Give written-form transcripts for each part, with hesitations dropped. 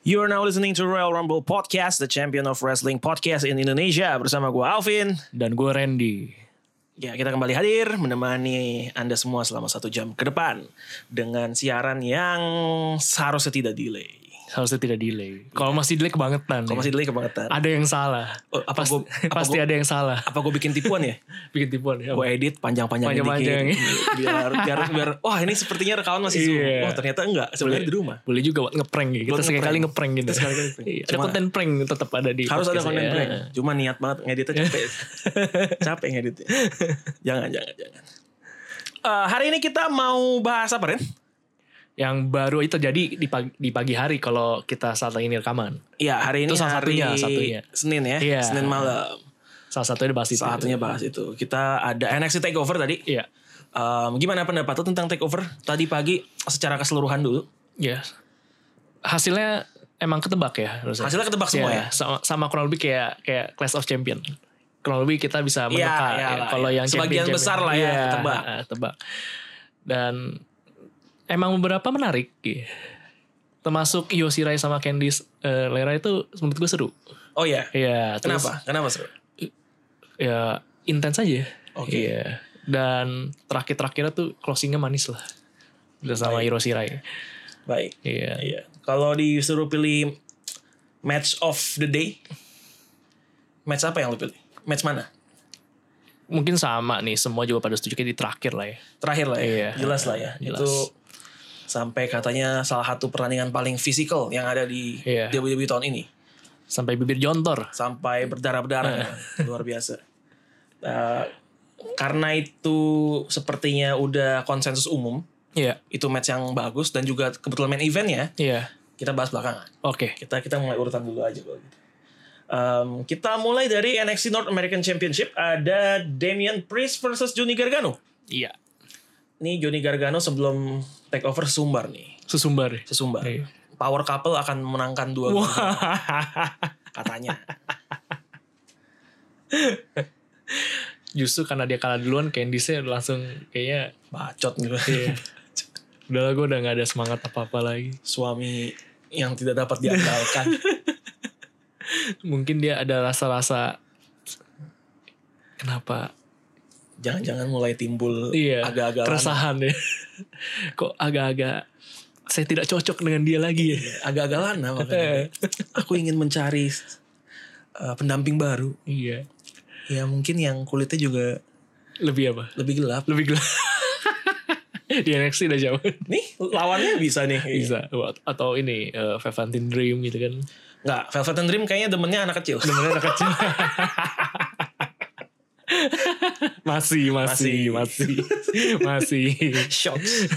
You are now listening to Royal Rumble Podcast, the champion of wrestling podcast in Indonesia. Bersama gue Alvin. Dan gue Randy. Ya, kita kembali hadir menemani Anda semua selama 1 jam ke depan. Dengan siaran yang seharusnya tidak delay. Harusnya tidak delay. Kalau masih delay kebangetan. Kalau masih delay kebangetan. Ada yang salah. Oh, Pasti ada yang salah. Apa gue bikin tipuan ya? Bikin tipuan ya. Gue edit panjang-panjangin dikit. biar wah ini sepertinya rekaman masih Zoom. Iya. Oh ternyata enggak. Sebenarnya di rumah. Boleh juga buat ngeprank gitu. Kita sekali ngeprank gitu. Ada konten prank tetap ada di harus ada konten ya. prank. Cuma niat banget ngeditnya capek. Capek ngeditnya. Jangan. Hari ini kita mau bahas apa, Ren? Yang baru itu terjadi di pagi hari kalau kita saat ini rekaman. Iya, hari ini itu salah satunya. Senin ya, iya. Senin malam. Salah satunya bahas itu. Salah satunya bahas itu. Kita ada NXT Takeover tadi. Iya. Gimana pendapat lo tentang Takeover tadi pagi secara keseluruhan dulu? Iya. Hasilnya emang ketebak ya. Hasilnya ketebak semua ya. Sama kurang lebih kayak Clash of Champion. Kurang lebih kita bisa meneka. Kalau yang sebagian besar lah ya tebak. Dan emang beberapa menarik gitu. Termasuk Io Shirai sama Candice LeRae itu menurut gue seru. Oh iya? Iya. Kenapa seru? Ya intens aja. Oke. Iya. Dan terakhir-terakhirnya tuh closingnya manis lah. Sama Io Shirai. Baik. Iya. Kalau disuruh pilih match of the day, match apa yang lo pilih? Match mana? Mungkin sama nih, semua juga pada setuju kayak di terakhir lah ya. Terakhir lah ya. Iya. Jelas lah ya. Jelas. Itu sampai katanya salah satu pertandingan paling fisikal yang ada di WWE tahun ini. Sampai bibir jontor. Sampai berdarah-berdarah. Luar biasa. Karena itu sepertinya udah konsensus umum. Iya. Itu match yang bagus dan juga kebetulan main event ya. Iya. Kita bahas belakangan. Oke. Kita mulai urutan dulu aja kalau gitu. Kita mulai dari NXT North American Championship. Ada Damian Priest versus Johnny Gargano. Iya. Ini Johnny Gargano sebelum takeover sesumbar nih. Sesumbar. Iya. Power couple akan menangkan 2 katanya. Justru karena dia kalah duluan, Candice langsung kayaknya bacot gitu. Iya. Udah gue udah gak ada semangat apa-apa lagi. Suami yang tidak dapat diandalkan. Mungkin dia ada rasa-rasa kenapa jangan-jangan mulai timbul agak-agak keresahan ya. Kok agak-agak saya tidak cocok dengan dia lagi ya. Agak-agak lana makanya. Aku ingin mencari pendamping baru. Iya. Ya mungkin yang kulitnya juga lebih apa? Lebih gelap. Di NXT udah jauh. Nih lawannya bisa nih. Bisa. Atau ini Velveteen Dream gitu kan. Enggak, Velveteen Dream kayaknya demennya anak kecil. Masih. Shots.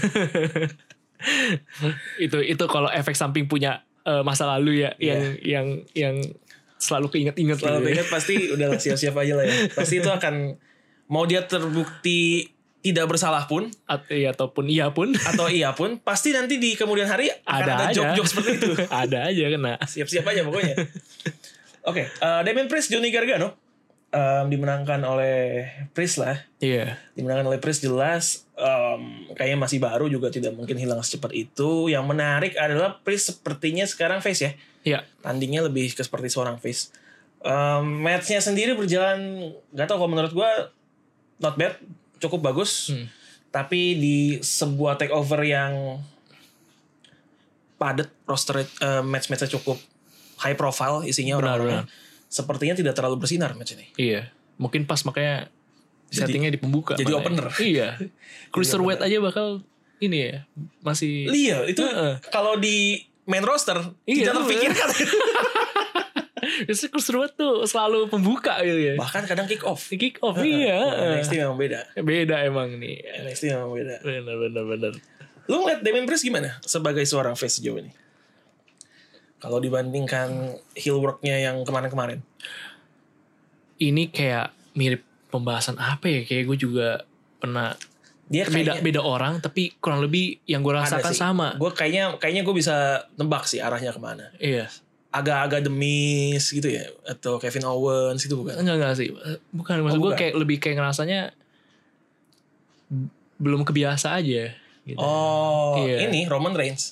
itu kalau efek samping punya masa lalu ya, yang selalu keinget-inget. Selalu keinget pasti udah siap-siap aja lah ya. Pasti itu akan mau dia terbukti tidak bersalah pun, ataupun iya pun, pasti nanti di kemudian hari akan ada joke-joke seperti itu. Ada aja kena. Siap-siap aja pokoknya. Oke, Damian Priest, Johnny Gargano dimenangkan oleh Priest lah. Iya. Dimenangkan oleh Priest jelas. Kayaknya masih baru juga tidak mungkin hilang secepat itu. Yang menarik adalah Priest sepertinya sekarang face ya. Iya. Tandingnya lebih ke seperti seorang face. Matchnya sendiri berjalan, gak tau kalau menurut gue not bad. Cukup bagus. Tapi di sebuah takeover yang padat, roster match-matchnya cukup high profile isinya orang-orang. Sepertinya tidak terlalu bersinar match ini. Iya. Mungkin pas makanya settingnya di pembuka. Jadi opener. Iya. Cruiserweight aja bakal ini ya. Masih. Iya. Itu kalau di main roster tidak terpikirkan. Biasanya Cruiserweight tuh selalu pembuka gitu ya. Bahkan kadang kick off. Iya. NXT memang beda. Beda emang nih. NXT memang beda. Benar. Lu ngeliat Damian Priest gimana sebagai seorang face sejauh ini? Kalau dibandingkan heel worknya yang kemarin-kemarin. Ini kayak mirip pembahasan apa ya? Kayak gue juga pernah. Dia beda orang tapi kurang lebih yang gue rasakan sama. Gue kayaknya gue bisa tebak sih arahnya kemana. Iya. Agak-agak The Miz gitu ya, atau Kevin Owens gitu bukan? Enggak sih. Bukan, maksud gue kayak lebih kayak ngerasanya belum kebiasa aja gitu. Ini Roman Reigns.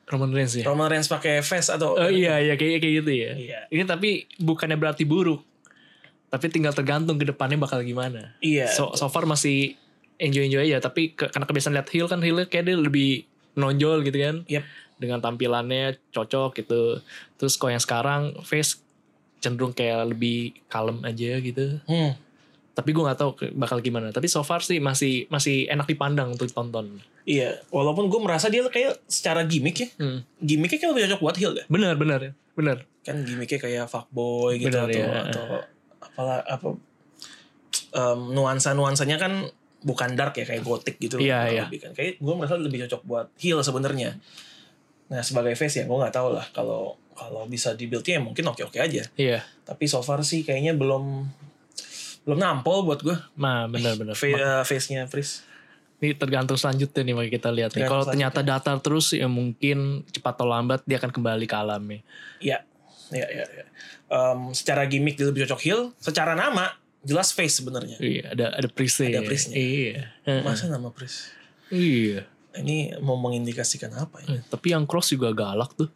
Roman Reigns ya. Roman Reigns pakai face atau iya kayak gitu ya. Iya. Ini tapi bukannya berarti buruk. Tapi tinggal tergantung ke depannya bakal gimana. Iya. So far masih enjoy aja, tapi karena kebiasaan lihat heel kan, heelnya kayak dia lebih nonjol gitu kan. Yep. Dengan tampilannya cocok gitu. Terus kalau yang sekarang face cenderung kayak lebih kalem aja gitu. Tapi gue nggak tahu bakal gimana. Tapi so far sih masih enak dipandang untuk tonton. Iya, walaupun gue merasa dia kayak secara gimmick ya, gimmicknya kayak lebih cocok buat heel deh. Benar. Kan gimmicknya kayak fuckboy gitu atau apa nuansanya kan bukan dark ya, kayak gothic gitu. Iya. Kan kayak gue merasa lebih cocok buat heel sebenarnya. Nah sebagai face ya gue nggak tahu lah, kalau bisa dibuildnya ya mungkin oke aja. Iya. Tapi so far sih kayaknya belum nampol buat gue. Nah benar. Face-nya Pris. Ini tergantung selanjutnya nih, mari kita lihat nih. Kalau ternyata datar terus ya mungkin cepat atau lambat dia akan kembali ke alamnya. Iya. Secara gimmick dia lebih cocok heel, secara nama jelas face sebenarnya. Iya, ada Priestnya. Ada Priestnya. Iya. Masa nama Priest? Iya. Ini mau mengindikasikan apa ya? Tapi yang Cross juga galak tuh.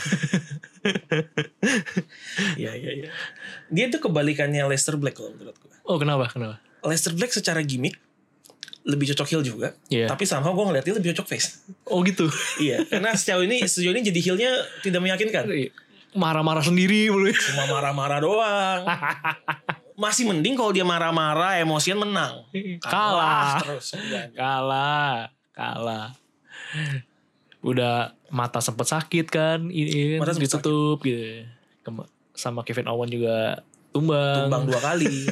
Iya. Dia tuh kebalikannya Aleister Black kalau menurut gue. Oh, kenapa? Aleister Black secara gimmick lebih cocok heel juga, tapi somehow gue ngeliat dia lebih cocok face. Oh gitu. Iya, karena sejauh ini jadi heelnya tidak meyakinkan. Marah-marah sendiri mulu. Cuma marah-marah doang. Masih mending kalau dia marah-marah, emosian menang. Kalah terus. Kalah. Udah mata sempet sakit kan, ini ditutup sakit. Gitu. Sama Kevin Owens juga tumbang 2 kali.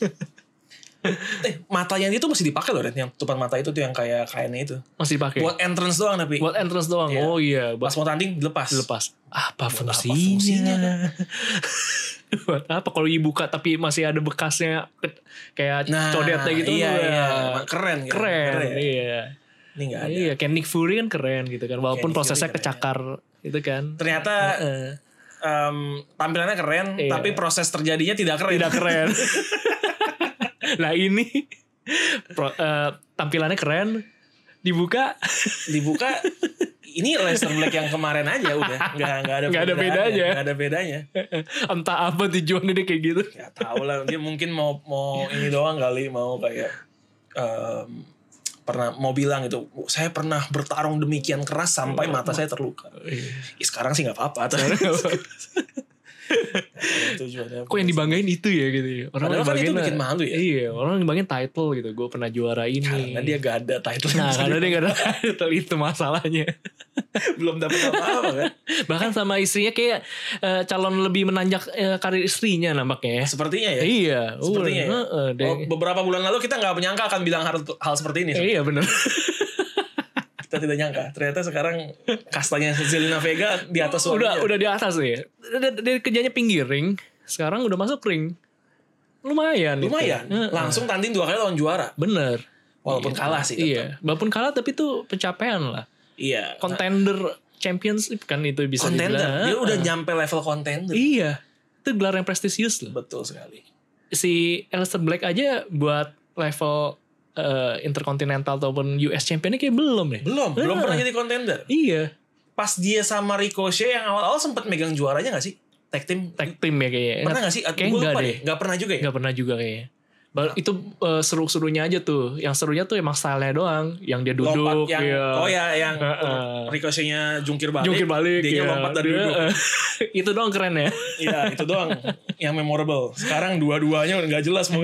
Matanya itu masih dipakai loh, Ren. Yang tutupan mata itu tuh yang kayak kainnya itu. Masih pakai. Buat entrance doang tapi. Yeah. Oh iya. Pas mau tanding dilepas. Apa fungsinya? Buat apa kalau dibuka tapi masih ada bekasnya kayak codetnya gitu. Iya. Keren. Iya. Ini gak ada. Iya, kayak Nick Fury kan keren gitu kan. Walaupun prosesnya kecakar gitu kan. Ternyata tampilannya keren, tapi proses terjadinya tidak keren. Nah ini tampilannya keren, dibuka ini Aleister Black yang kemarin aja udah nggak ada bedanya. Entah apa tujuannya dia kayak gitu. Ya tahu lah, dia mungkin mau ini doang kali, mau kayak mau bilang gitu, saya pernah bertarung demikian keras sampai mata saya terluka. Sekarang sih nggak apa-apa. Kok yang dibanggain itu ya gitu. Orang kan itu bikin malu ya. Iya, orang dibanggain title gitu. Gue pernah juara ini. Karena dia gak ada title. Karena dia gak ada title, itu masalahnya. Belum dapat apa-apa kan. Bahkan sama istrinya kayak calon lebih menanjak karir istrinya nampaknya ya. Sepertinya ya. Iya. Sepertinya beberapa bulan lalu kita gak menyangka akan bilang hal seperti ini. Iya benar. Kita tidak nyangka. Ternyata sekarang kastanya Zelina Vega di atas suaminya. Udah di atas ya. Dari kerjanya pinggir ring, sekarang udah masuk ring. Lumayan. Langsung tanding 2 kali lawan juara. Bener. Walaupun kalah sih. Iya. Walaupun kalah tapi itu pencapaian lah. Iya. Contender championship kan itu bisa dibilang. Dia udah nyampe level contender. Iya. Itu gelar yang prestisius loh. Betul sekali. Si Aleister Black aja buat level Intercontinental ataupun US Championnya kayak belum ya. Belum pernah jadi contender. Iya. Pas dia sama Ricochet yang awal-awal sempat megang juaranya gak sih? Tag team ya kayaknya. Pernah gak sih? Kayak enggak deh. Gak pernah juga ya? Gak pernah juga kayaknya. Itu seru-serunya aja tuh. Yang serunya tuh emang style-nya doang. Yang dia duduk. Lompat yang Ricochetnya jungkir balik. Dia lompat dari duduk. Itu doang keren ya. Iya itu doang yang memorable. Sekarang dua-duanya udah gak jelas.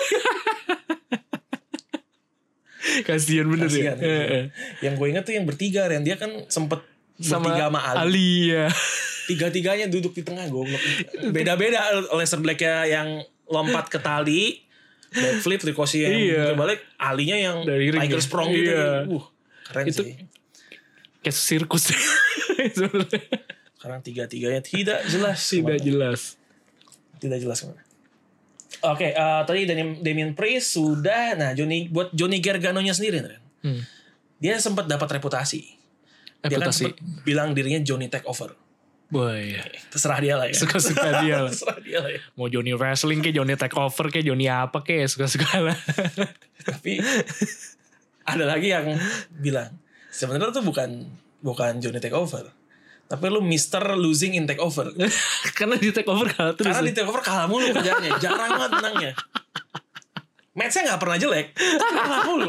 Kasian bener ya. Yang gue inget tuh yang bertiga, Ren. Dia kan sempet bertiga sama Ali ya. Tiga-tiganya duduk di tengah, goblok. Beda-beda Aleister Black yang lompat ke tali, backflip, Ricochet yang balik, Alinya yang dari Tiger Sprong gitu. Keren itu sih. Kayak sirkus. Sekarang tiga-tiganya tidak jelas. Tidak jelas kemana. Oke, tadi Damian Priest sudah. Nah, buat Johnny Gargano-nya sendiri, dia sempat dapat reputasi. Dia kan sempat bilang dirinya Johnny Takeover. Boy, terserah dia lah ya. Suka-suka dia lah. Ya. Mau Johnny Wrestling kayak Johnny Takeover kayak Johnny apa kayak suka-suka lah. Tapi ada lagi yang bilang sebenarnya tuh bukan Johnny Takeover. Tapi lu Mister losing in takeover. Karena di takeover kalah terus. Karena di takeover kalah mulu kerjanya. Jarang banget menangnya. Match-nya gak pernah jelek. Tapi kalah mulu.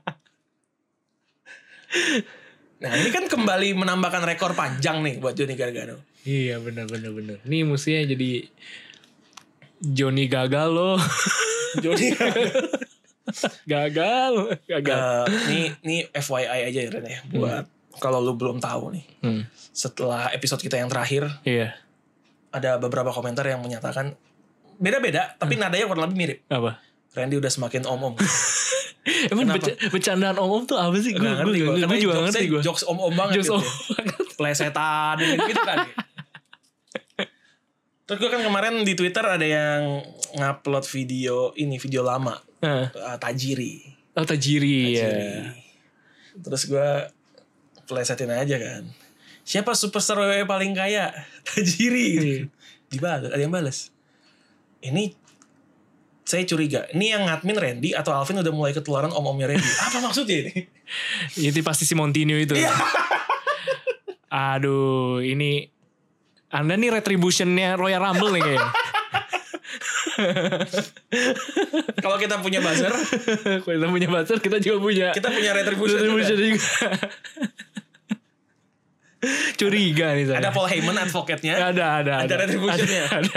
Nah ini kan kembali menambahkan rekor panjang nih buat Johnny Gargano. Iya benar. Ini mestinya jadi Johnny gagal loh. Johnny gagal. Ini FYI aja ya Ren ya. Buat kalau lu belum tahu nih. Setelah episode kita yang terakhir. Iya. Ada beberapa komentar yang menyatakan beda-beda. Tapi nadanya kurang lebih mirip. Apa? Randy udah semakin om-om. Emang bercandaan om-om tuh apa sih? Gue juga gak ngerti gue. Jokes om-om banget jokes gitu. Plesetan gitu kan. Terus gue kan kemarin di Twitter ada yang ngupload video lama. Tajiri. Oh Tajiri ya. Terus gue plesetin aja kan. Siapa superstar WWE paling kaya? Tajiri gitu. Dibalas, ada yang balas. Ini saya curiga. Ini yang ngadmin Randy atau Alvin udah mulai ketularan om-omnya Randy. Apa maksudnya ini? Itu pasti si Montino itu. Aduh, ini Anda nih retributionnya Royal Rumble nih kayaknya. Kalau kita punya buzzer, kita juga punya. Kita punya retribution juga. Curiga nih saya. Ada Paul Heyman advocate-nya. Ada retribution-nya. Ada.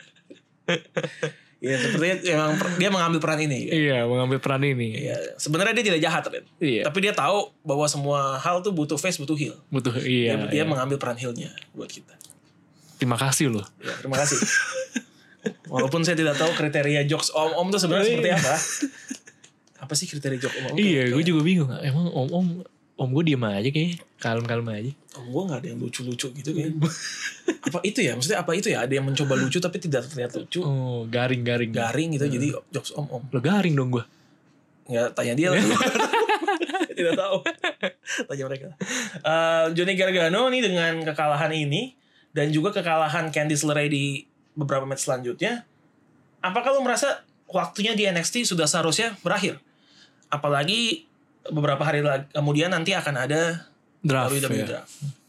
Ya sepertinya emang dia mengambil peran ini. Iya, mengambil peran ini. Iya, sebenarnya dia tidak jahat, Ren. Iya. Tapi dia tahu bahwa semua hal tuh butuh face, butuh heel. Dia mengambil peran heel-nya buat kita. Terima kasih loh. Ya, terima kasih. Walaupun saya tidak tahu kriteria jokes om-om tuh sebenarnya seperti apa. Apa sih kriteria jokes om-om? Iya, gue juga bingung. Emang om gue diem aja kayaknya. Kalem-kalem aja. Om gue gak ada yang lucu-lucu gitu kayaknya. Apa itu ya? Maksudnya apa itu ya? Ada yang mencoba lucu tapi tidak terlihat lucu. Oh, garing. Garing gitu jadi jokes om-om. Lo garing dong gue. Ya tanya dia lah. Tidak tahu. Tanya mereka. Johnny Gargano nih dengan kekalahan ini dan juga kekalahan Candice LeRae di beberapa match selanjutnya, apakah lo merasa waktunya di NXT sudah seharusnya berakhir? Apalagi beberapa hari lagi kemudian nanti akan ada draft. Draft.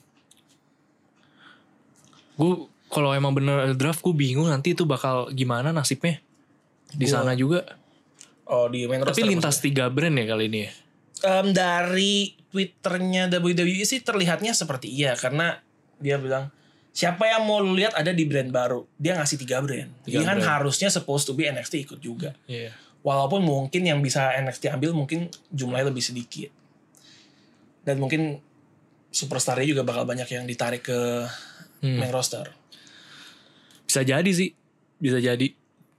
Gue kalau emang bener draft, gue bingung nanti itu bakal gimana nasibnya di sana juga. Oh, di main roster. Tapi lintas 3 brand ya kali ini ya. Dari Twitternya WWE sih terlihatnya seperti iya, karena dia bilang siapa yang mau lu lihat ada di brand baru. Dia ngasih 3 brand. Jadi kan harusnya supposed to be NXT ikut juga. Iya. Walaupun mungkin yang bisa NXT ambil mungkin jumlahnya lebih sedikit. Dan mungkin superstarnya juga bakal banyak yang ditarik ke main roster. Bisa jadi sih. Bisa jadi.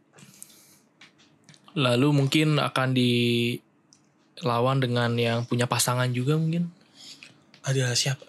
Lalu mungkin akan dilawan dengan yang punya pasangan juga mungkin. Ada siapa?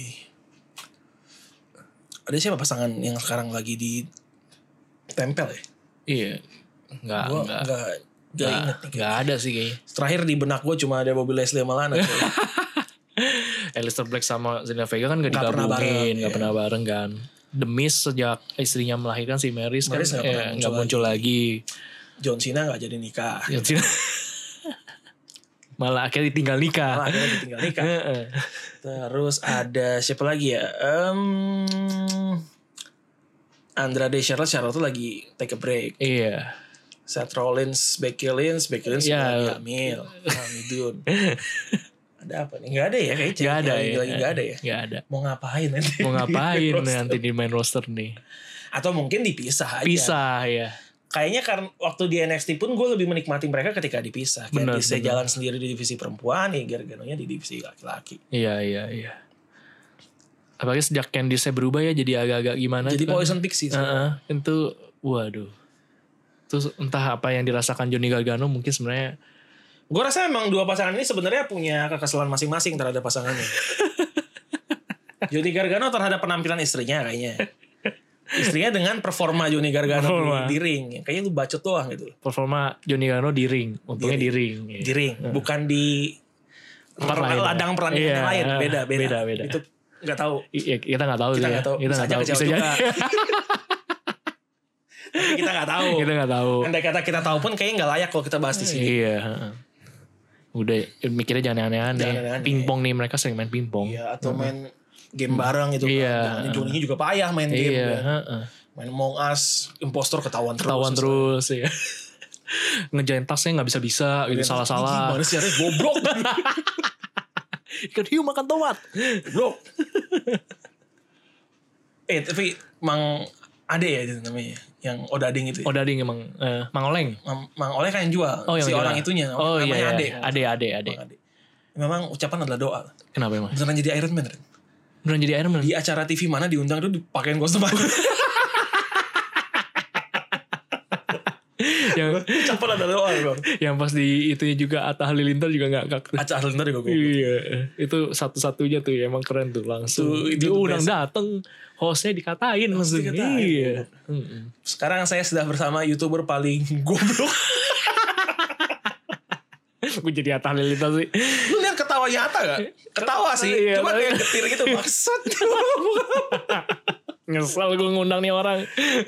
Ada siapa pasangan yang sekarang lagi di tempel ya? Iya. Enggak inget nih. Enggak ada sih kayaknya. Terakhir di benak gue cuma ada Bobby Lashley sama Lana. Aleister Black sama Zelina Vega kan gak digabungin. Gak pernah bareng kan. The Miz sejak istrinya melahirkan si Maryse kan gak muncul lagi. John Cena gak jadi nikah. Malah akhirnya tinggal nikah. Terus ada siapa lagi ya? Andrade Charlotte tuh lagi take a break. Iya. Seth Rollins, Becky Lynch sudah hamil. Hamidun. Ada apa nih? Gak ada ya kayaknya. Gak ada ya. Gak ada ya. Gak ada. Mau ngapain nanti? Nanti di main roster nih. Atau mungkin dipisah aja. Pisah ya. Kayaknya karena waktu di NXT pun gue lebih menikmati mereka ketika dipisah. Kayak bisa jalan sendiri di divisi perempuan, ya Gargano-nya di divisi laki-laki. Iya. Apalagi sejak Candice berubah ya jadi agak-agak gimana. Jadi Poison Pixie. Itu waduh. Terus entah apa yang dirasakan Johnny Gargano mungkin sebenarnya. Gue rasa emang dua pasangan ini sebenarnya punya kekesalan masing-masing terhadap pasangannya. Johnny Gargano terhadap penampilan istrinya kayaknya. Istrinya dengan performa Johnny Gargano di ring. Kayaknya lu bacot doang gitu. Performa Johnny Gargano di ring. Untungnya di ring. Di ring. Bukan di ladang pertandingan yang lain. Beda. Itu gak tahu. Kita gak tahu. Kita gak tahu. Bisa aja kecewa juga. Tapi kita gak tahu. Andai kata kita tahu pun kayaknya gak layak kalau kita bahas di sini. Iya. Udah mikirnya jangan aneh-aneh. Pingpong nih, mereka sering main pingpong. Iya, atau main game bareng gitu Iya. kan. Johnny juga payah main game. Iya, kan. Main Among Us, impostor ketahuan terus ya. Ngejain tasnya gak bisa-bisa gitu, salah-salah. Gimana sih caranya goblok. Ikan hiu makan tomat. Goblok. Tapi Mang Ade ya itu namanya, yang Odading itu. Odading emang Mang Oleng. Mang Oleh kan yang jual. Oh, yang si jual. orang itunya. Oh namanya iya. Ade. Mang Ade. Memang ucapan adalah doa. Kenapa emang? Beneran jadi Iron Man. Beneran jadi Iron Man? Di acara TV mana diundang tuh dipakein kostum Iron Man. Yang ucapan adalah doa bang. Yang pas di itunya juga Atta Halilintar juga ngakak tuh. Atta Halilintar juga gue. Iya, itu satu-satunya tuh emang keren tuh langsung. Itu diundang dateng, hostnya dikatain langsung. Iya. Sekarang saya sudah bersama YouTuber paling goblok. Gue jadi Atta Halilintar sih. Lu lihat ketawanya Atta gak? Ketawa sih. Iya, Cuma kayak getir gitu. Maksud. Ngesel gue ngundang nih orang.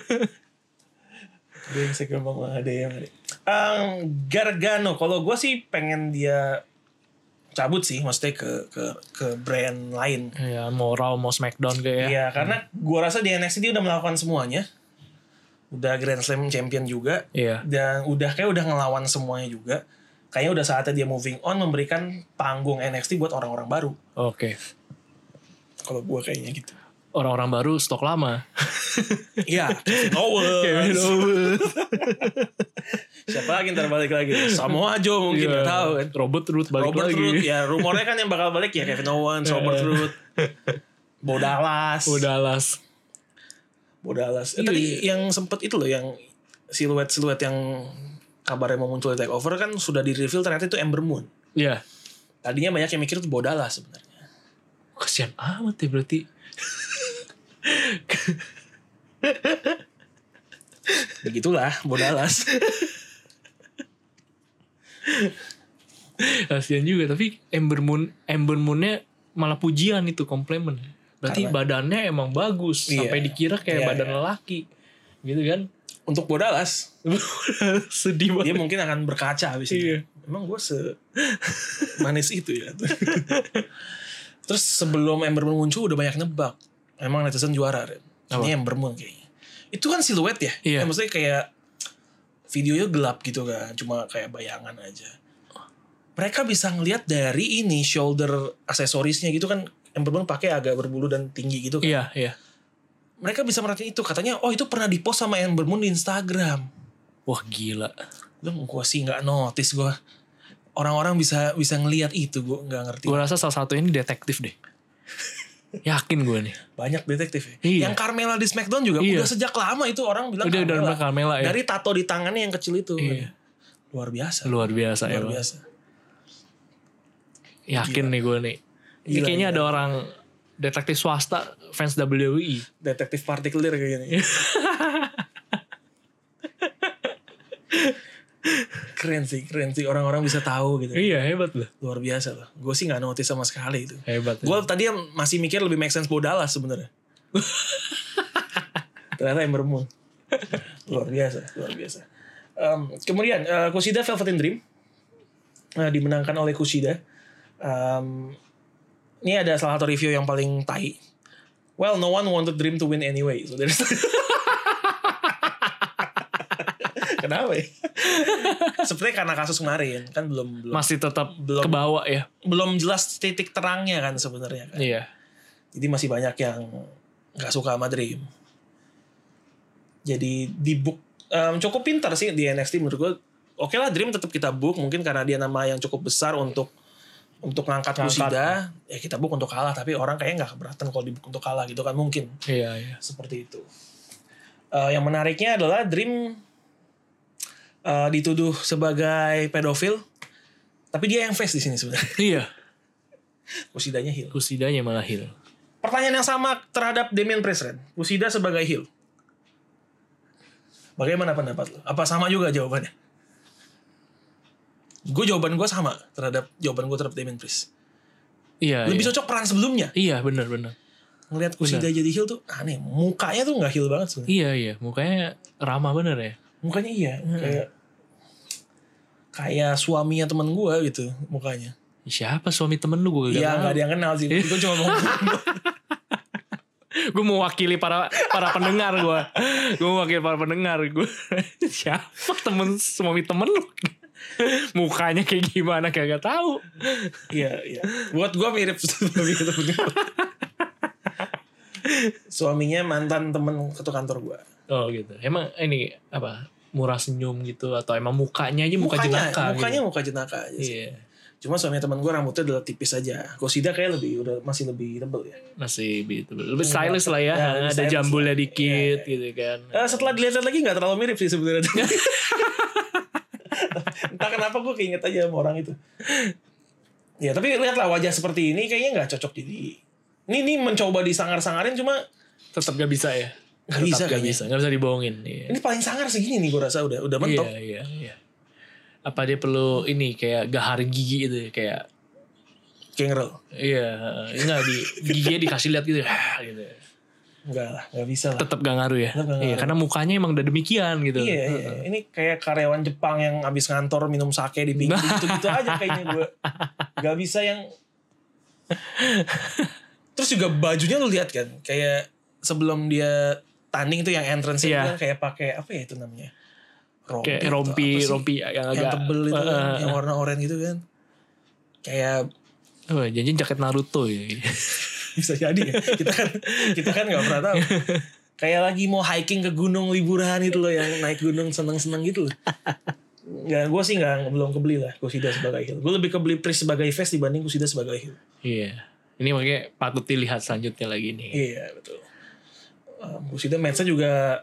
Brengsek gampang ada yang Gargano. Kalau gue sih pengen dia cabut sih. Maksudnya ke brand lain. Iya, mau Raw, mau Smackdown kayak ya. Iya, karena gue rasa di NXT dia udah melakukan semuanya. Udah Grand Slam champion juga. Iya. Dan udah ngelawan semuanya juga. Kayaknya udah saatnya dia moving on, memberikan panggung NXT buat orang-orang baru. Oke. Kalau gue kayaknya gitu. Orang-orang baru stok lama. Iya, Kevin Owens. Siapa lagi ntar balik lagi? Samoa Joe mungkin gak tahu kan. Robert Roode balik lagi. Roode, ya rumornya kan yang bakal balik ya Kevin Owens, Robert Roode, Bo Dallas. Tadi yang sempet itu loh, yang siluet yang kabarnya mau muncul di Takeover kan sudah di-reveal ternyata itu Ember Moon. Iya. Tadinya banyak yang mikir itu Bo Dallas sebenarnya. Kasian amat ya berarti. Begitulah Bo Dallas. Kasian juga, tapi Ember Moonnya malah pujian itu, komplimen. Berarti badannya emang bagus, sampai dikira kayak badan lelaki. Gitu kan. Untuk Bo Dallas sedih banget. Dia mungkin akan berkaca habis ini. Emang gue manis itu ya. Terus sebelum Ember Moon muncul udah banyak nebak. Emang netizen juara Ren. Ini Ember Moon kayaknya. Itu kan siluet ya. Iya. Maksudnya kayak videonya gelap gitu kan. Cuma kayak bayangan aja. Mereka bisa ngelihat dari ini shoulder aksesorisnya gitu kan. Ember Moon pakai agak berbulu dan tinggi gitu kan. Iya. Mereka bisa merhatiin itu. Katanya itu pernah di-post sama Ember Moon di Instagram. Wah gila. Gue sih gak notice gue. Orang-orang bisa ngelihat itu, gue gak ngerti. Gue rasa salah satu ini detektif deh. Yakin gue nih. Banyak detektif ya. Iya. Yang Carmella di Smackdown juga udah sejak lama itu orang bilang udah Carmella ya. Dari tato di tangannya yang kecil itu. Iya. Luar biasa. Luar biasa. Yakin nih gue nih. Ini kayaknya ada orang detektif swasta fans WWE. Detektif partikelir kayaknya. Keren sih orang-orang bisa tahu gitu. Iya, hebat loh. Luar biasa loh. Gue sih gak notice sama sekali itu. Hebat. Gue tadi masih mikir lebih make sense Bo Dallas sebenarnya. Ternyata Ember Moon. Luar biasa. Kemudian Kushida Velveteen Dream dimenangkan oleh Kushida. Ini ada salah satu review yang paling tai. Well, no one wanted Dream to win anyway. So there's kenapa ya? Sepertinya karena kasus kemarin kan belum masih tetap ke bawah ya. Belum jelas titik terangnya kan sebenarnya kan. Iya. Jadi masih banyak yang nggak suka sama Dream. Jadi di book cukup pintar sih di NXT menurut gue. Oke lah Dream tetap kita book mungkin karena dia nama yang cukup besar untuk ngangkat Kushida. Ya kita book untuk kalah tapi orang kayaknya nggak keberatan kalau di book untuk kalah gitu kan mungkin. Iya. Seperti itu. Yang menariknya adalah Dream dituduh sebagai pedofil, tapi dia yang face di sini sebenarnya. Iya. Kushidanya malah heel. Pertanyaan yang sama terhadap Damian Priest, Ren. Kushida sebagai heel. Bagaimana pendapat lo? Apa sama juga jawabannya? Jawaban gue sama terhadap Damian Priest. Iya. Lebih cocok peran sebelumnya. Iya, benar. Ngelihat Kushida jadi heel tuh aneh. Mukanya tuh nggak heel banget sebenarnya. Iya. Mukanya ramah bener ya. Mukanya iya, kayak suaminya temen gue gitu mukanya. Siapa suami temen lu? Gue iya nggak ada yang kenal sih. Gue cuma mau Gue mewakili para pendengar gue. Gue mewakili para pendengar gue. Siapa temen lu? Mukanya kayak gimana kagak tahu. Iya. Buat gue mirip suaminya mantan temen ketua kantor gue. Oh gitu. Emang ini apa? Murah senyum gitu atau emang mukanya aja muka jenaka? Mukanya gitu? muka jenaka aja sih. Iya. Cuma suami teman gue rambutnya udah tipis aja. Kosida kayak masih lebih tebel ya. Masih lebih stylish lah ya. Ada stylish jambulnya lah. dikit gitu kan. Setelah dilihat lagi nggak terlalu mirip sih sebenarnya. Entah kenapa gue keinget aja sama orang itu. Ya tapi lihatlah wajah seperti ini kayaknya nggak cocok jadi. Ini mencoba disangar-sangarin cuma tetap gak bisa ya. Gak bisa dibohongin. Iya. Ini paling sangar segini nih gue rasa udah mentok. Iya. Apa dia perlu ini kayak gaharin gigi gitu kayak Kengrel. Iya, enggak giginya dikasih lihat gitu gitu. Enggak lah, enggak bisa lah. Tetap gak ngaruh ya. Iya, karena mukanya emang udah demikian gitu. Iya. Ini kayak karyawan Jepang yang abis ngantor minum sake di pinggir gitu-gitu aja kayaknya gue. Gak bisa yang terus juga bajunya lu lihat kan, kayak sebelum dia tanding itu yang entrance itu kan kayak pakai apa ya itu namanya? Kayak rompi yang agak tebel itu kan, yang warna oranye gitu kan. Kayak janjian jaket Naruto ya. Bisa jadi ya. Kita kan enggak pernah tahu. Kayak lagi mau hiking ke gunung liburan itu loh, yang naik gunung seneng-seneng gitu loh. Enggak, gue sih belum kebeli lah Kushida sebagai heel. Gue lebih kebeli Priest sebagai face dibanding Kushida sebagai heel. Iya. Ini makanya patut dilihat selanjutnya lagi nih. Iya betul. Kushida match-nya juga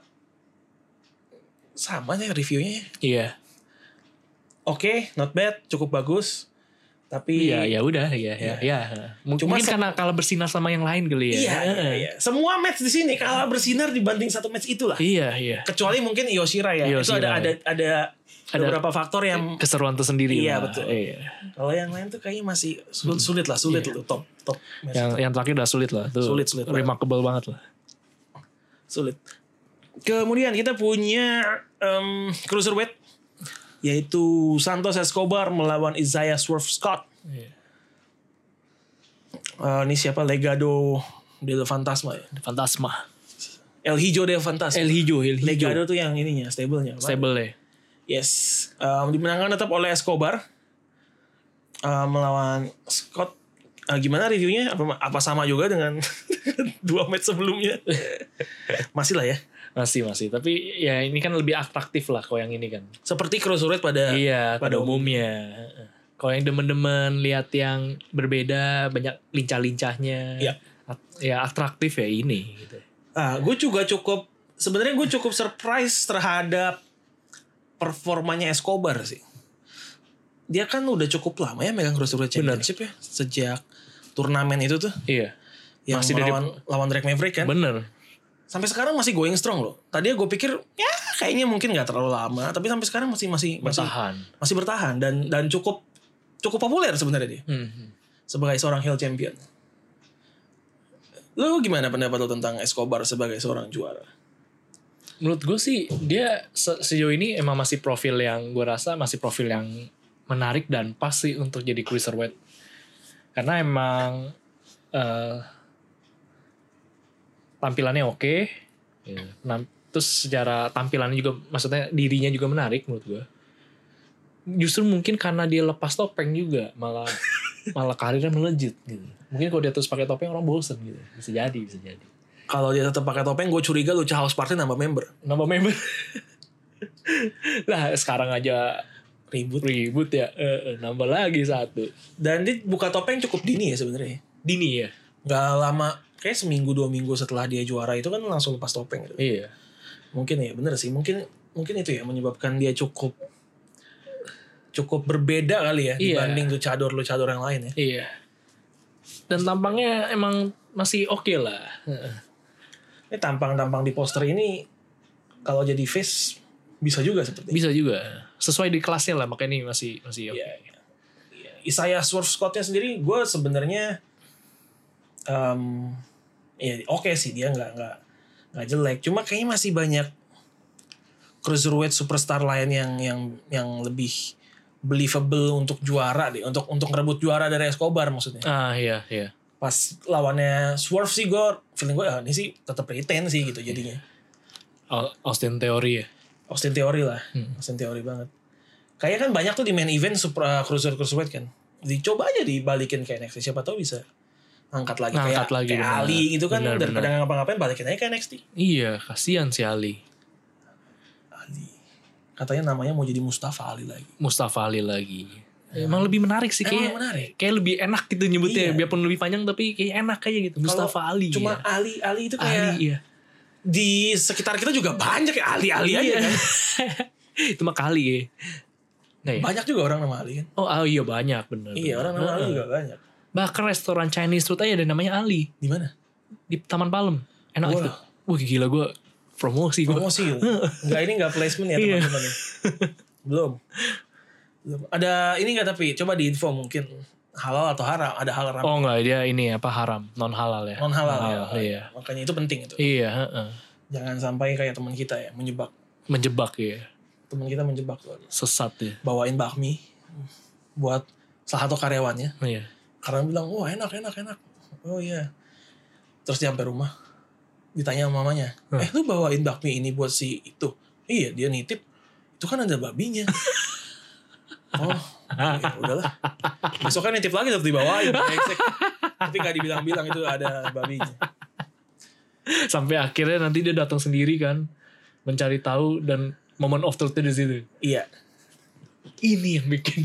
sama ya reviewnya. Iya. Oke, not bad, cukup bagus. Tapi ya udah. Mungkin karena kalah bersinar sama yang lain kali ya. Iya. Semua match di sini kalah bersinar dibanding satu match itulah. Iya. Kecuali mungkin Io Shirai ya. Itu ada beberapa faktor yang keseruan tersendiri. Iya lah. betul. Iya. Kalau yang lain tuh kayaknya masih sulit lah top match. Yang terakhir udah sulit lah. Tuh, sulit. Remarkable banget lah. Sulit. Kemudian kita punya cruiserweight yaitu Santos Escobar melawan Isaiah Swerve Scott. Iya. Ini siapa? Legado del Fantasma ya. Fantasma. El Hijo del Fantasma. El Hijo. Legado tuh yang ininya, stable-nya. Stable ya. Yes. Dimenangkan tetap oleh Escobar melawan Scott. Gimana reviewnya? Apa sama juga dengan 2 match sebelumnya? Masih lah ya. Masih. Tapi ya ini kan lebih atraktif lah kalau yang ini kan. Seperti cruiserweight pada umumnya. Kalau yang demen-demen lihat yang berbeda, banyak lincah-lincahnya. Iya. Ya atraktif ya ini gitu. Gue juga cukup surprise terhadap performanya Escobar sih. Dia kan udah cukup lama ya megang Cruiserweight Championship ya. Sejak turnamen itu tuh. Iya. Yang lawan Drake Maverick kan. Bener. Sampai sekarang masih going strong loh. Tadi gue pikir ya kayaknya mungkin gak terlalu lama. Tapi sampai sekarang masih bertahan. Masih bertahan. Dan cukup populer sebenarnya dia. Sebagai seorang heel champion. Lu gimana pendapat lu tentang Escobar sebagai seorang juara? Menurut gue sih dia sejauh ini emang masih profil yang gue rasa masih profil yang menarik dan pas sih untuk jadi cruiserweight. Karena emang tampilannya oke. Terus secara tampilannya juga maksudnya dirinya juga menarik menurut gue. Justru mungkin karena dia lepas topeng juga malah karirnya melejit gitu. Mungkin kalau dia terus pakai topeng orang bosen gitu. Bisa jadi. Kalau dia tetap pakai topeng, gue curiga Lucha House Party nambah member. Lah sekarang aja ribut ya. Nambah lagi satu. Dan dia buka topeng cukup dini ya sebenarnya. Dini ya. Gak lama, kayak seminggu 2 minggu setelah dia juara itu kan langsung lepas topeng gitu. Iya. Mungkin ya bener sih. Mungkin itu ya menyebabkan dia cukup berbeda kali ya dibanding luchador yang lain ya. Iya. Dan tampangnya emang masih oke lah. Ini tampang di poster ini kalau jadi face bisa juga seperti. Bisa juga. Sesuai di kelasnya lah, makanya ini masih oke. Iya. Isaiah Swerve Scott-nya sendiri gue sebenarnya oke sih, dia nggak jelek. Cuma kayaknya masih banyak cruiserweight superstar lain yang lebih believable untuk juara deh, untuk ngerebut juara dari Escobar maksudnya. Iya. Pas lawannya Swerve sih feeling gue ini sih tetap retain sih gitu jadinya. Austin Theory ya. Austin Theory lah. Austin Theory banget. Kayaknya kan banyak tuh di main event cruiserweight kan. Dicoba aja dibalikin ke NXT, siapa tahu bisa angkat lagi kayak Ali gitu kan, daripada nggak ngapa-ngapain balikin aja ke NXT. Iya, kasihan si Ali. Katanya namanya mau jadi Mustafa Ali lagi. Emang lebih menarik sih kayak lebih enak gitu nyebutnya. Biarpun lebih panjang tapi kayak enak aja gitu. Mustafa Ali. Cuma ya. Ali itu kayak Ali, iya. Di sekitar kita juga banyak ya Ali aja kan. Itu mah kali ya. Nah, ya. Banyak juga orang nama Ali kan. Oh iya banyak bener. Iya orang nama Ali juga banyak. Bahkan restoran Chinese food aja ada namanya Ali. Di mana? Di Taman Palem. Enak itu. Wah gila gue promosi gitu. Enggak placement ya teman-teman. Belum. Ada ini enggak tapi coba di info mungkin halal atau haram, ada haram. Oh enggak, dia ini apa haram, non halal ya. Non halal ya. Iya. Makanya itu penting itu. Iya, Jangan sampai kayak teman kita ya menjebak ya. Teman kita menjebak tuh. Sesat ya. Bawain bakmi buat salah satu karyawannya. Iya. Karena bilang, "Oh, enak." Oh iya. Terus dia sampai rumah ditanya sama mamanya, "Lu bawain bakmi ini buat si itu?" "Iya, dia nitip. Itu kan ada babinya." "Oh, ya udahlah." Besok kan nitip lagi tetap dibawain. Tapi gak dibilang-bilang itu ada babinya. Sampai akhirnya nanti dia datang sendiri kan, mencari tahu dan moment of truth di situ. Iya. Ini yang bikin.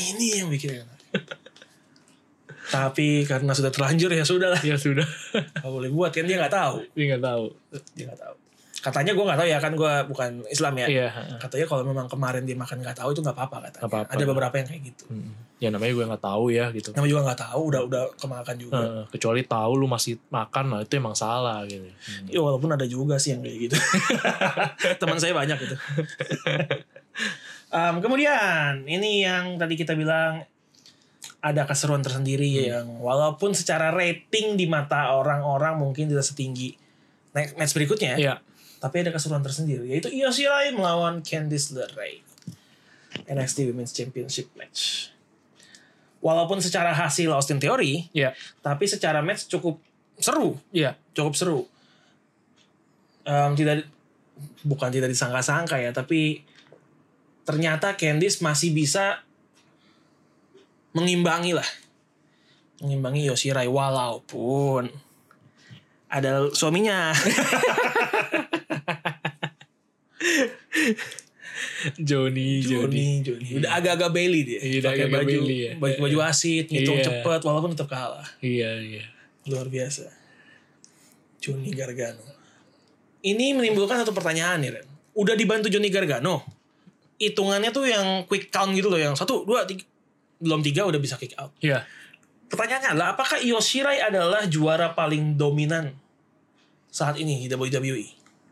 Tapi karena sudah terlanjur ya sudah lah. Ya sudah. Gak boleh buat kan dia nggak tahu. Dia nggak tahu. Katanya gue nggak tahu ya kan gue bukan Islam ya. Iya. Katanya kalau memang kemarin dia makan nggak tahu itu nggak apa-apa katanya. Gak apa-apa. Ada beberapa yang kayak gitu. Ya namanya gue nggak tahu ya gitu. Namanya juga nggak tahu udah kemakan juga. Kecuali tahu lu masih makan lah itu emang salah gitu. Ya walaupun ada juga sih yang kayak gitu. Teman saya banyak gitu. Kemudian ini yang tadi kita bilang ada keseruan tersendiri yang walaupun secara rating di mata orang-orang mungkin tidak setinggi match berikutnya. Iya. Tapi ada keseruan tersendiri yaitu Io Shirai melawan Candice LeRae. NXT Women's Championship match. Walaupun secara hasil Austin Theory, tapi secara match cukup seru. Iya, cukup seru. Bukan tidak disangka-sangka ya, tapi ternyata Candice masih bisa mengimbangi Io Shirai walaupun ada suaminya. Johnny. Udah agak-agak Bailey dia. Pakai baju wasit, ngitung cepet walaupun tetap kalah. Iya. Luar biasa. Johnny Gargano. Ini menimbulkan satu pertanyaan nih, Ren. Udah dibantu Johnny Gargano. Hitungannya tuh yang quick count gitu loh, yang 1, 2, 3. Belum 3 udah bisa kick out. Iya. Pertanyaannya adalah apakah Io Shirai adalah juara paling dominan saat ini di WWE?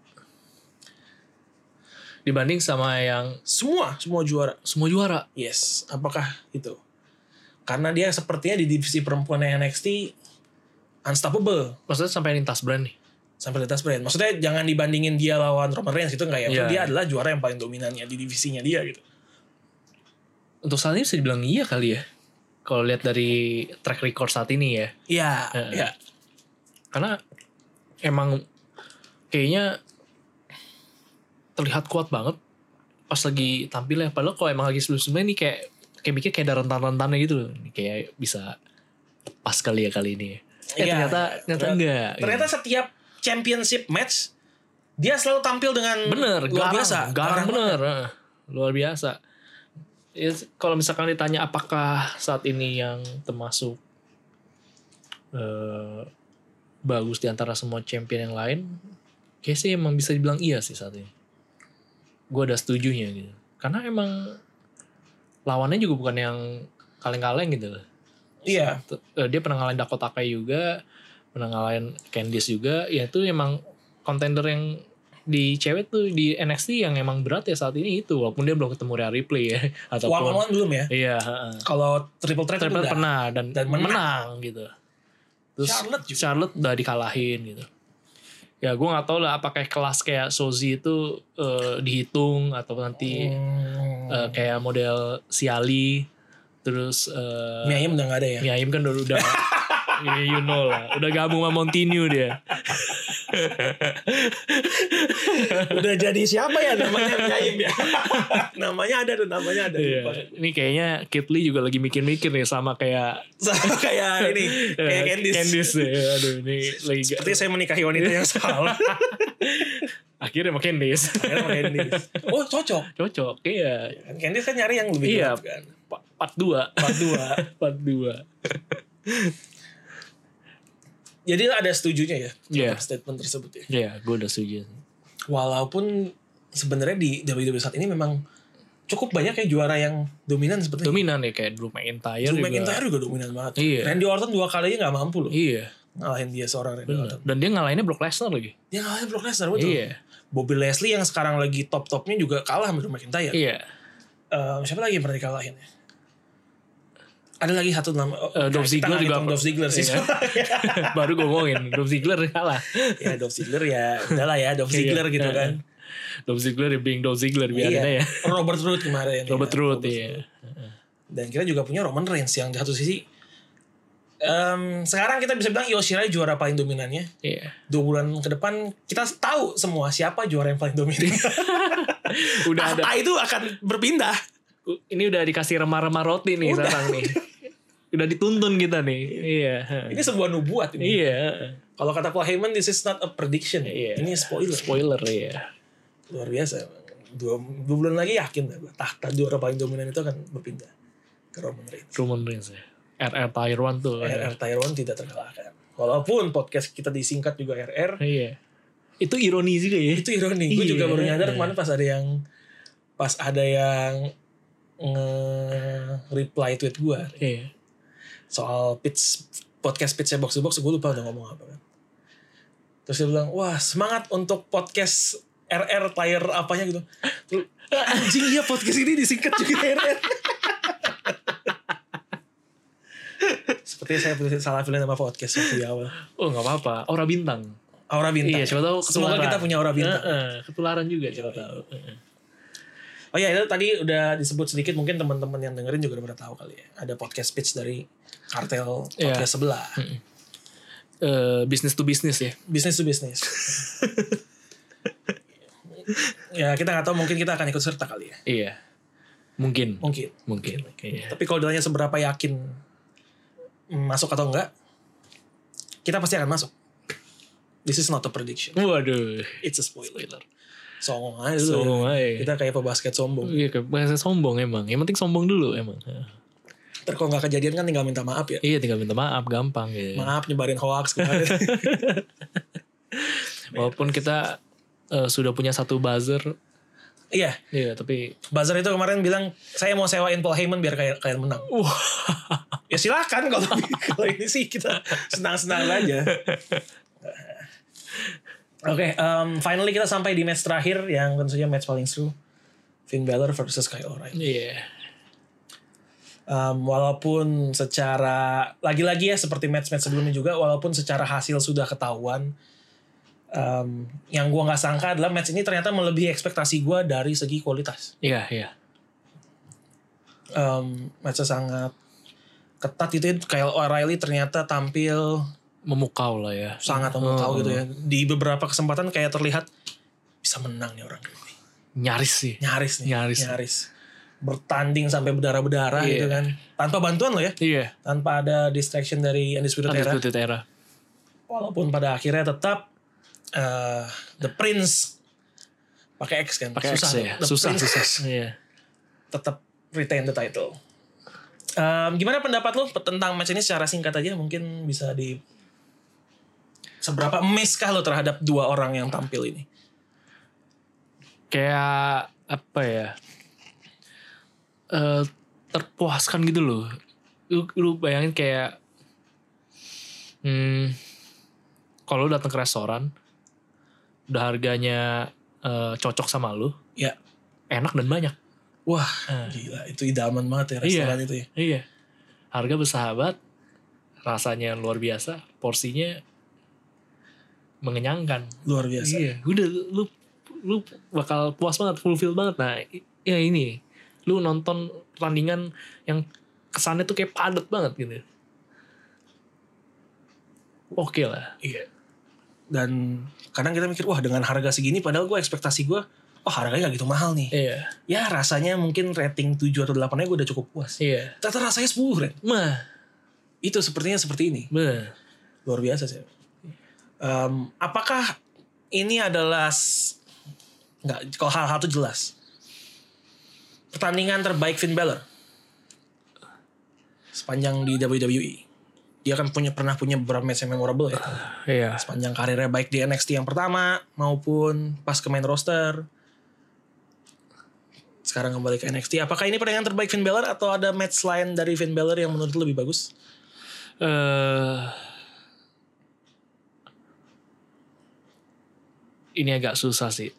Dibanding sama yang semua juara. Semua juara. Yes, apakah itu? Karena dia sepertinya di divisi perempuan NXT unstoppable. Maksudnya sampai lintas brand nih. Sampai lintas brand. Maksudnya jangan dibandingin dia lawan Roman Reigns gitu enggak ya. Dia adalah juara yang paling dominannya di divisinya dia gitu. Untuk saat ini bisa dibilang iya kali ya. Kalau lihat dari track record saat ini ya. Iya. Karena emang kayaknya terlihat kuat banget pas lagi tampil ya. Padahal kalau emang lagi sebelum-sebelumnya nih kayak mikir kayak ada rentan-rentannya gitu loh. Kayak bisa pas kali ini. Ternyata enggak. Ternyata setiap championship match dia selalu tampil dengan luar biasa. Garang bener. Luar biasa. Ya, kalau misalkan ditanya apakah saat ini yang termasuk bagus di antara semua champion yang lain, kayaknya sih emang bisa dibilang iya sih saat ini. Gue ada setujunya gitu. Karena emang lawannya juga bukan yang kaleng-kaleng gitu loh. Iya. Dia pernah ngalahin Dakota Kai juga, pernah ngalahin Candice juga. Ya itu emang contender yang di cewek tuh di NXT yang emang berat ya saat ini itu, walaupun dia belum ketemu Rhea Ripley ya, ataupun one-on-one belum ya. Iya. Kalau triple threat pernah dan menang gitu. Terus Charlotte udah dikalahin gitu. Ya gue nggak tahu lah apakah kelas kayak Sozi itu dihitung atau nanti kayak model Siali, terus Mia Yim udah nggak ada ya. Mia Yim kan udah You know lah. Udah gabung sama Moutinho dia. Udah jadi siapa ya namanya Nyaim ya? namanya ada. Iya. Ini kayaknya Kit Lee juga lagi mikir-mikir nih sama kayak ini kayak Candice ya. Aduh ini lagi seperti saya menikahi wanita yang salah. Akhirnya sama Candice. Oh cocok. Iya. Candice kan nyari yang lebih iya. gelap kan. Part 2. Jadi ada setujunya ya terhadap statement tersebut ya. Iya, gue udah setuju. Walaupun sebenarnya di WWE saat ini memang cukup banyak kayak juara yang dominan seperti dominan ya kayak Drew McIntyre juga dominan banget. Iya. Randy Orton 2 kali aja nggak mampu loh. Iya. Ngalahin dia seorang Randy Orton. Dan dia ngalahinnya Brock Lesnar lagi. Dia ngalahin Brock Lesnar betul. Iya. Bobby Lashley yang sekarang lagi top-topnya juga kalah sama Drew McIntyre. Iya. Siapa lagi yang pernah dikalahin ya? Ada lagi satu nama. Dolph Ziggler juga. Dolph Ziggler sih. Baru gue ngomongin Dolph Ziggler kalah. Ya Dolph Ziggler ya udahlah ya Dolph Ziggler gitu kan. Dolph Ziggler being Dolph Ziggler biarin aja. Robert Roode kemarin. Robert Roode iya. Dan kita juga punya Roman Reigns yang di satu sisi sekarang kita bisa bilang Io Shirai juara paling dominannya. Iya. 2 bulan ke depan kita tahu semua siapa juara yang paling dominan. Udah ada. itu akan berpindah. Ini udah dikasih remah-remah roti nih sekarang nih. Udah dituntun kita nih. Iya. Ini sebuah nubuat ini. Iya. Kalau kata Paul Heyman, this is not a prediction. Iya. Ini spoiler. Spoiler ya. Luar biasa. 2 bulan lagi yakin tahta juara paling dominan itu akan berpindah ke Roman Reigns. Roman Reigns ya. RR Taiwan tuh. RR Taiwan tidak terkalahkan. Walaupun podcast kita disingkat juga RR. Iya. Itu ironi juga ya. Itu ironi. Gue juga baru nyadar kemarin pas ada yang reply tweet gue. Iya. Soal podcast pitch box to box, gue lupa udah ngomong apa kan. Terus dia bilang, wah semangat untuk podcast RR Tire apanya gitu. Terus, anjing ya podcast ini disingkat juga RR. Sepertinya saya salah pilih nama podcast waktu di awal. Oh gak apa-apa, Aura Bintang. Iya, siapa tahu semoga kita punya Aura Bintang. Ketularan juga siapa tahu. Oh ya, itu tadi udah disebut sedikit, mungkin teman-teman yang dengerin juga udah tahu kali ya. Ada podcast pitch dari kartel podcast sebelah. Business to business ya. Business to business. Ya kita nggak tahu, mungkin kita akan ikut serta kali ya. Iya. Mungkin. Iya. Tapi kalau ditanya seberapa yakin masuk atau enggak, kita pasti akan masuk. This is not a prediction. Waduh. It's a spoiler. Songong aja. Kita kayak pebasket sombong. Iya, kayak pebasket sombong emang. Yang penting sombong dulu emang. Ntar kalau gak kejadian kan tinggal minta maaf ya. Iya, tinggal minta maaf, gampang gitu. Maaf nyebarin hoax kemarin. Walaupun kita sudah punya satu buzzer. Iya. Iya, tapi buzzer itu kemarin bilang, saya mau sewain Paul Heyman biar kalian menang. Ya silakan kalau ini sih kita senang-senang aja. Oke, finally kita sampai di match terakhir yang tentu saja match paling seru. Finn Balor versus Kyle O'Reilly. Iya. Walaupun secara lagi-lagi ya seperti match-match sebelumnya juga, walaupun secara hasil sudah ketahuan, yang gue nggak sangka adalah match ini ternyata melebihi ekspektasi gue dari segi kualitas. Iya. Matchnya sangat ketat gitu ya. Kyle O'Reilly ternyata tampil memukau lah ya. Sangat memukau gitu ya. Di beberapa kesempatan kayak terlihat bisa menang nih orang ini. Nyaris. Bertanding sampai berdarah-berdarah gitu kan. Tanpa bantuan loh ya. Iya. Tanpa ada distraction dari Undisputed Era. Walaupun pada akhirnya tetap The Prince pakai X kan. Pakai X ya. Susah. Iya. Tetap retain the title. Gimana pendapat lo tentang match ini secara singkat aja, mungkin bisa di seberapa amazed kah lo terhadap dua orang yang tampil ini? Kayak apa ya? Terpuaskan gitu loh. Lu bayangin kayak kalau lu datang ke restoran udah harganya cocok sama lu. Ya. Enak dan banyak. Wah, gila, itu idaman banget ya restoran itu ya. Iya. Harga bersahabat, rasanya luar biasa, porsinya mengenyangkan. Luar biasa. Iya, udah lu bakal puas banget, fulfill banget. Nah, ya ini, lu nonton pertandingan yang kesannya tuh kayak padat banget gitu. oke lah. Iya. Dan kadang kita mikir, wah dengan harga segini padahal gue ekspektasi gue, oh harganya gak gitu mahal nih. Iya. Ya rasanya mungkin rating 7 atau 8 nya gue udah cukup puas. Iya. Ternyata rasanya 10 Ren. Itu sepertinya seperti ini. Luar biasa sih. Apakah ini adalah nggak? Kalau hal-hal itu jelas. Pertandingan terbaik Finn Balor sepanjang di WWE. Dia kan pernah punya beberapa match yang memorable ya. Iya. Sepanjang karirnya baik di NXT yang pertama maupun pas ke main roster. Sekarang kembali ke NXT. Apakah ini pertandingan terbaik Finn Balor atau ada match lain dari Finn Balor yang menurut lu lebih bagus? Ini agak susah sih.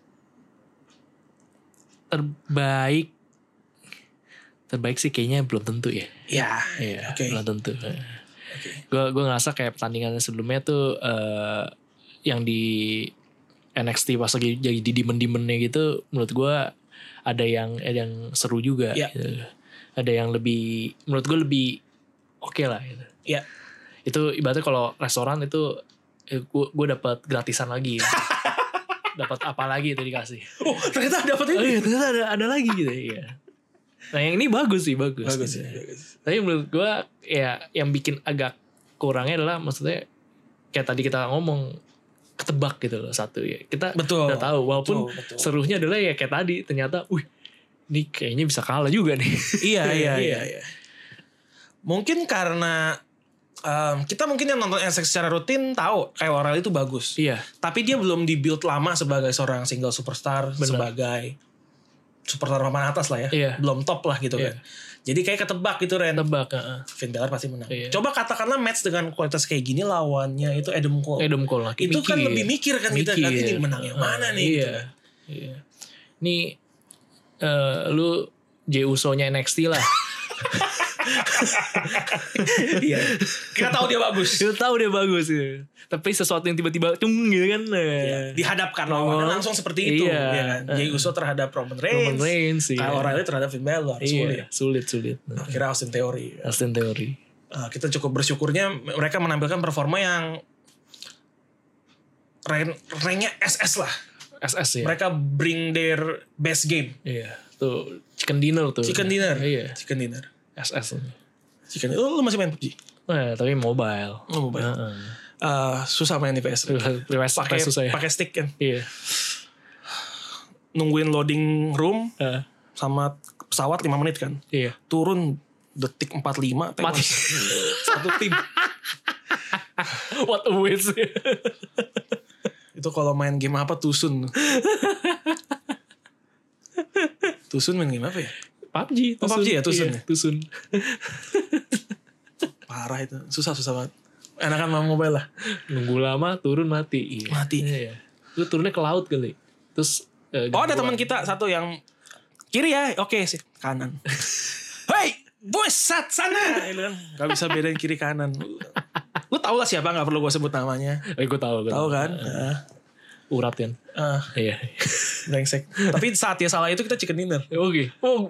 Terbaik sih kayaknya belum tentu ya. Iya. Oke. Belum tentu. Gue ngerasa kayak pertandingan sebelumnya tuh yang di NXT pas lagi jadi demon-demonnya gitu, menurut gue ada yang seru juga. Yeah. Gitu. Ada yang lebih, menurut gue lebih oke lah gitu. Iya. Itu ibaratnya kalau restoran itu gue dapat gratisan lagi. Dapat apa lagi itu dikasih. Oh ternyata dapat ini. Oh iya ternyata ada lagi gitu. Iya. Nah yang ini bagus sih. Bagus ya. Tapi menurut gue ya yang bikin agak kurangnya adalah maksudnya kayak tadi kita ngomong ketebak gitu loh satu ya. Kita udah tahu walaupun betul. Serunya adalah ya kayak tadi ternyata ini kayaknya bisa kalah juga nih. Iya. Mungkin karena kita mungkin yang nonton NXT secara rutin tahu Kyle O'Reilly itu bagus. Iya. Tapi dia belum dibuild lama sebagai seorang single superstar. Bener. Sebagai superstar papan atas lah ya. Iya. Belum top lah gitu kan. Jadi kayak ketebak gitu Ren. Finn Balor pasti menang. Iya. Coba katakanlah match dengan kualitas kayak gini lawannya itu Adam Cole. Lah. Itu kan lebih mikir kan kita kan ini menang yang mana nih gitu kan. Iya. Ini lu Jey Uso-nya NXT lah. Iya. Kita tahu dia bagus. Ya. Tapi sesuatu yang tiba-tiba gitu kan. Dihadapkan lawannya langsung seperti itu. Ya kan? Jey Uso terhadap Roman Reigns. Kyle O'Reilly terhadap Finn Balor. Sulit. Akhirnya Austin Theory. Kita cukup bersyukurnya mereka menampilkan performa yang ranknya SS lah. SS ya. Mereka bring their best game. Iya. Tuh Chicken Dinner. Iya. Chicken Dinner. SS. Lu masih main PUBG? Tapi mobile. Susah main di PS. Pakai stick kan. Iya. Nungguin loading room sama pesawat 5 menit kan. Iya. Turun detik 45 mati. Satu tim. What a waste. Itu kalau main game apa Tusun. Tusun main game apa ya? PUBG. PUBG ya Tusun. Iya, Tusun. Parah itu. Susah banget. Enakan main mobile lah. Nunggu lama turun mati. Iya. Mati. Iya. Itu turunnya ke laut kali. Terus ada teman kita satu yang kiri ya. Oke sih. Kanan. Hei. Buset sana. Gak bisa bedain kiri kanan. Lu tau lah siapa, gak perlu gue sebut namanya. Gue tahu kan. Urat kan. Iya. Brengsek. Tapi saat dia salah itu kita chicken dinner. Oke.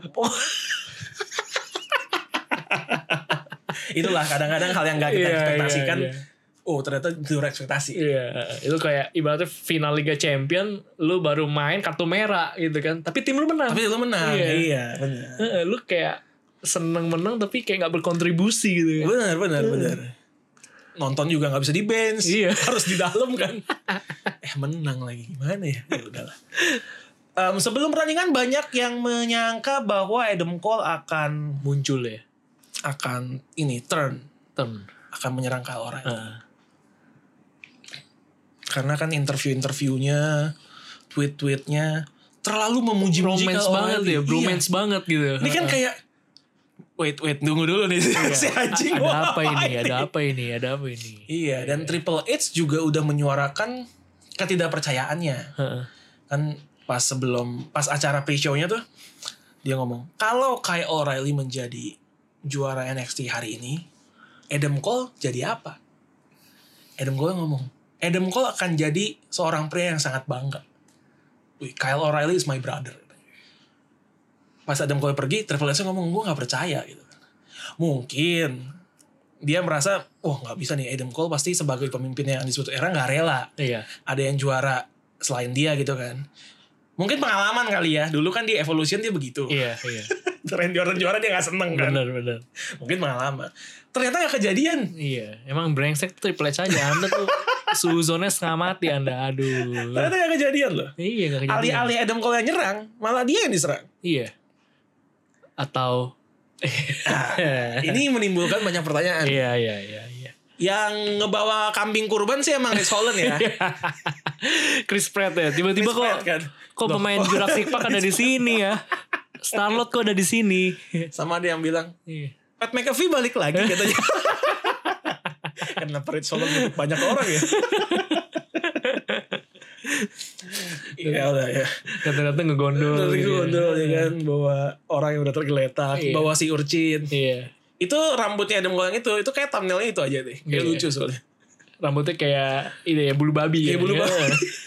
Itulah kadang-kadang hal yang gak kita ekspektasikan. Ternyata di luar ekspektasi. Iya. Itu kayak ibaratnya final Liga Champion, lu baru main kartu merah gitu kan. Tapi tim lu menang. Iya benar. Lu kayak seneng menang tapi kayak gak berkontribusi gitu. Benar. Nonton juga gak bisa di bench. Iya. Harus di dalam kan. Menang lagi. Gimana ya? Udahlah. Sebelum pertandingan banyak yang menyangka bahwa Adam Cole akan muncul ya. Akan turn. Akan menyerang Kyle O'Reilly. Karena kan interview-interviewnya, tweet-tweetnya terlalu memuji-muji Kyle O'Reilly. Bromance banget gitu. Ini kan kayak wait, tunggu dulu nih. Si anjing. Ada apa ini? Iya, dan Triple H juga udah menyuarakan ketidakpercayaannya. Kan pas acara pre-show-nya tuh dia ngomong, kalau Kyle O'Reilly menjadi juara NXT hari ini, Adam Cole jadi apa? Adam Cole ngomong, Adam Cole akan jadi seorang pria yang sangat bangga. Kyle O'Reilly is my brother. Pas Adam Cole pergi, Triple H ngomong, gue gak percaya gitu. Mungkin dia merasa, nggak bisa nih, Adam Cole pasti sebagai pemimpinnya Undisputed Era nggak rela. Iya. Ada yang juara selain dia gitu kan. Mungkin pengalaman kali ya. Dulu kan di Evolution dia begitu. Iya. Randy Orton juara dia gak seneng kan. Bener. Mungkin pengalaman. Ternyata gak kejadian. Iya. Emang brengsek Triple H aja. Anda tuh suzonnya setengah mati Anda. Aduh. Ternyata gak kejadian loh. Iya gak kejadian. Alih-alih Adam Cole yang nyerang, malah dia yang diserang. Iya. Atau ini menimbulkan banyak pertanyaan. Iya. Yang ngebawa kambing kurban sih emang Rich Holland ya. Chris Pratt ya. Tiba-tiba Chris Pratt kan. Kok pemain Jurassic Park ada di sini ya? Star-Lord kok ada di sini? Sama ada yang bilang, Iya. Pat McAfee balik lagi katanya. Kenapa Rich Holland banyak orang ya? Iya udah ya. Kata-kata ngegondol. Ngegondol ya kan, bawa orang yang udah tergeletak, Iya. bawa si urchin. Iya. Itu rambutnya Adam Cole yang itu kayak thumbnailnya itu aja deh. Kayak Iya. lucu soalnya. Rambutnya kayak ini ya, bulu babi. Kayak ya. bulu babi.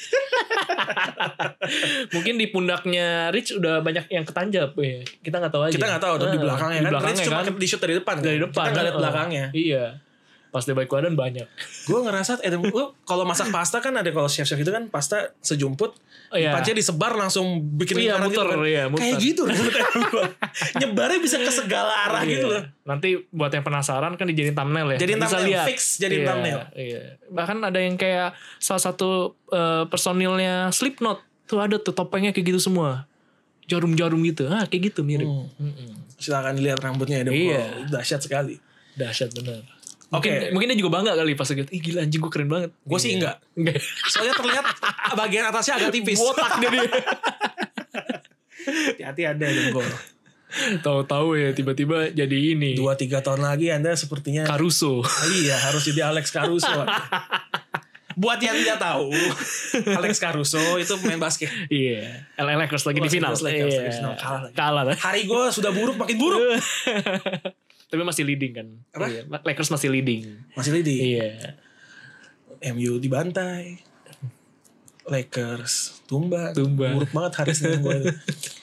Mungkin di pundaknya Rich udah banyak yang ketanjap ya. Kita nggak tahu aja. Kita nggak tahu tuh di belakangnya Di kan. belakangnya Rich cuma kan. di shoot dari depan. Dari kan? depan. Kita nggak lihat belakangnya. Iya. Pas dia balik badan banyak. Gue ngerasa kalau masak pasta kan ada, kalau chef-chef itu kan pasta sejumput. Iya. Pancnya disebar langsung bikin Iya, lingkaran muter, gitu kan. iya, muter. Kayak gitu rambut Adam Cole. Nyebarnya bisa ke segala arah Iya. gitu loh. Nanti buat yang penasaran kan dijadiin thumbnail ya. Jadiin Bisa thumbnail, lihat. fix jadiin Iya, thumbnail. Iya. Bahkan ada yang kayak salah satu personilnya Slipknot. Tuh ada tuh topengnya kayak gitu semua. Jarum-jarum gitu. Kayak gitu mirip. Silakan dilihat rambutnya Adam Iya. Cole. Dahsyat sekali. Dahsyat bener. Oke. Mungkin dia juga bangga kali pas gitu. Ih gila anjing gue keren banget. Gue sih enggak. Enggak. Soalnya terlihat bagian atasnya agak tipis. Botak dia. Hati-hati ada Adam Cole. Tahu-tahu ya tiba-tiba jadi ini. 2-3 tahun lagi Anda sepertinya Caruso. Iya, harus jadi Alex Caruso. Buat yang tidak tahu, Alex Caruso itu pemain basket. Iya. LA Lakers lagi di final. Lakers Iya. lagi final, kalah lagi. Kalah. Hari gue sudah buruk, makin buruk. Tapi masih leading kan. Apa? Iya. Lakers masih leading. Masih leading. Iya. MU dibantai. Lakers tumbang. Buruk banget hari Senin gue.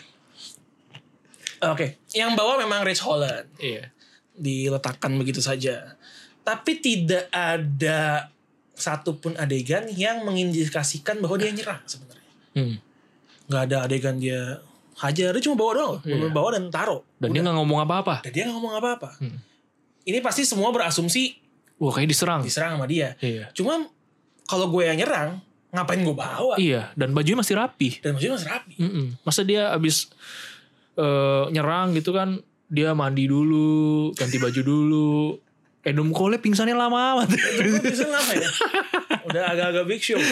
Oke, yang bawa memang Rich Holland. Iya. Diletakkan begitu saja. Tapi tidak ada satupun adegan yang mengindikasikan bahwa dia nyerang sebenarnya. Nggak ada adegan dia hajar, dia cuma bawa doang. Bawa dan taruh. Dan dia nggak ngomong apa-apa. Dan dia nggak ngomong apa-apa. Ini pasti semua berasumsi Wah kayak diserang. sama dia. Iya. Cuma kalau gue yang nyerang, ngapain gue bawa? Iya. Dan bajunya masih rapi. Dan maksudnya masih rapi. Masa dia abis nyerang gitu kan, dia mandi dulu, ganti baju dulu. Adam Cole pingsannya lama amat. Itu bisa lama ya. Udah agak-agak big show.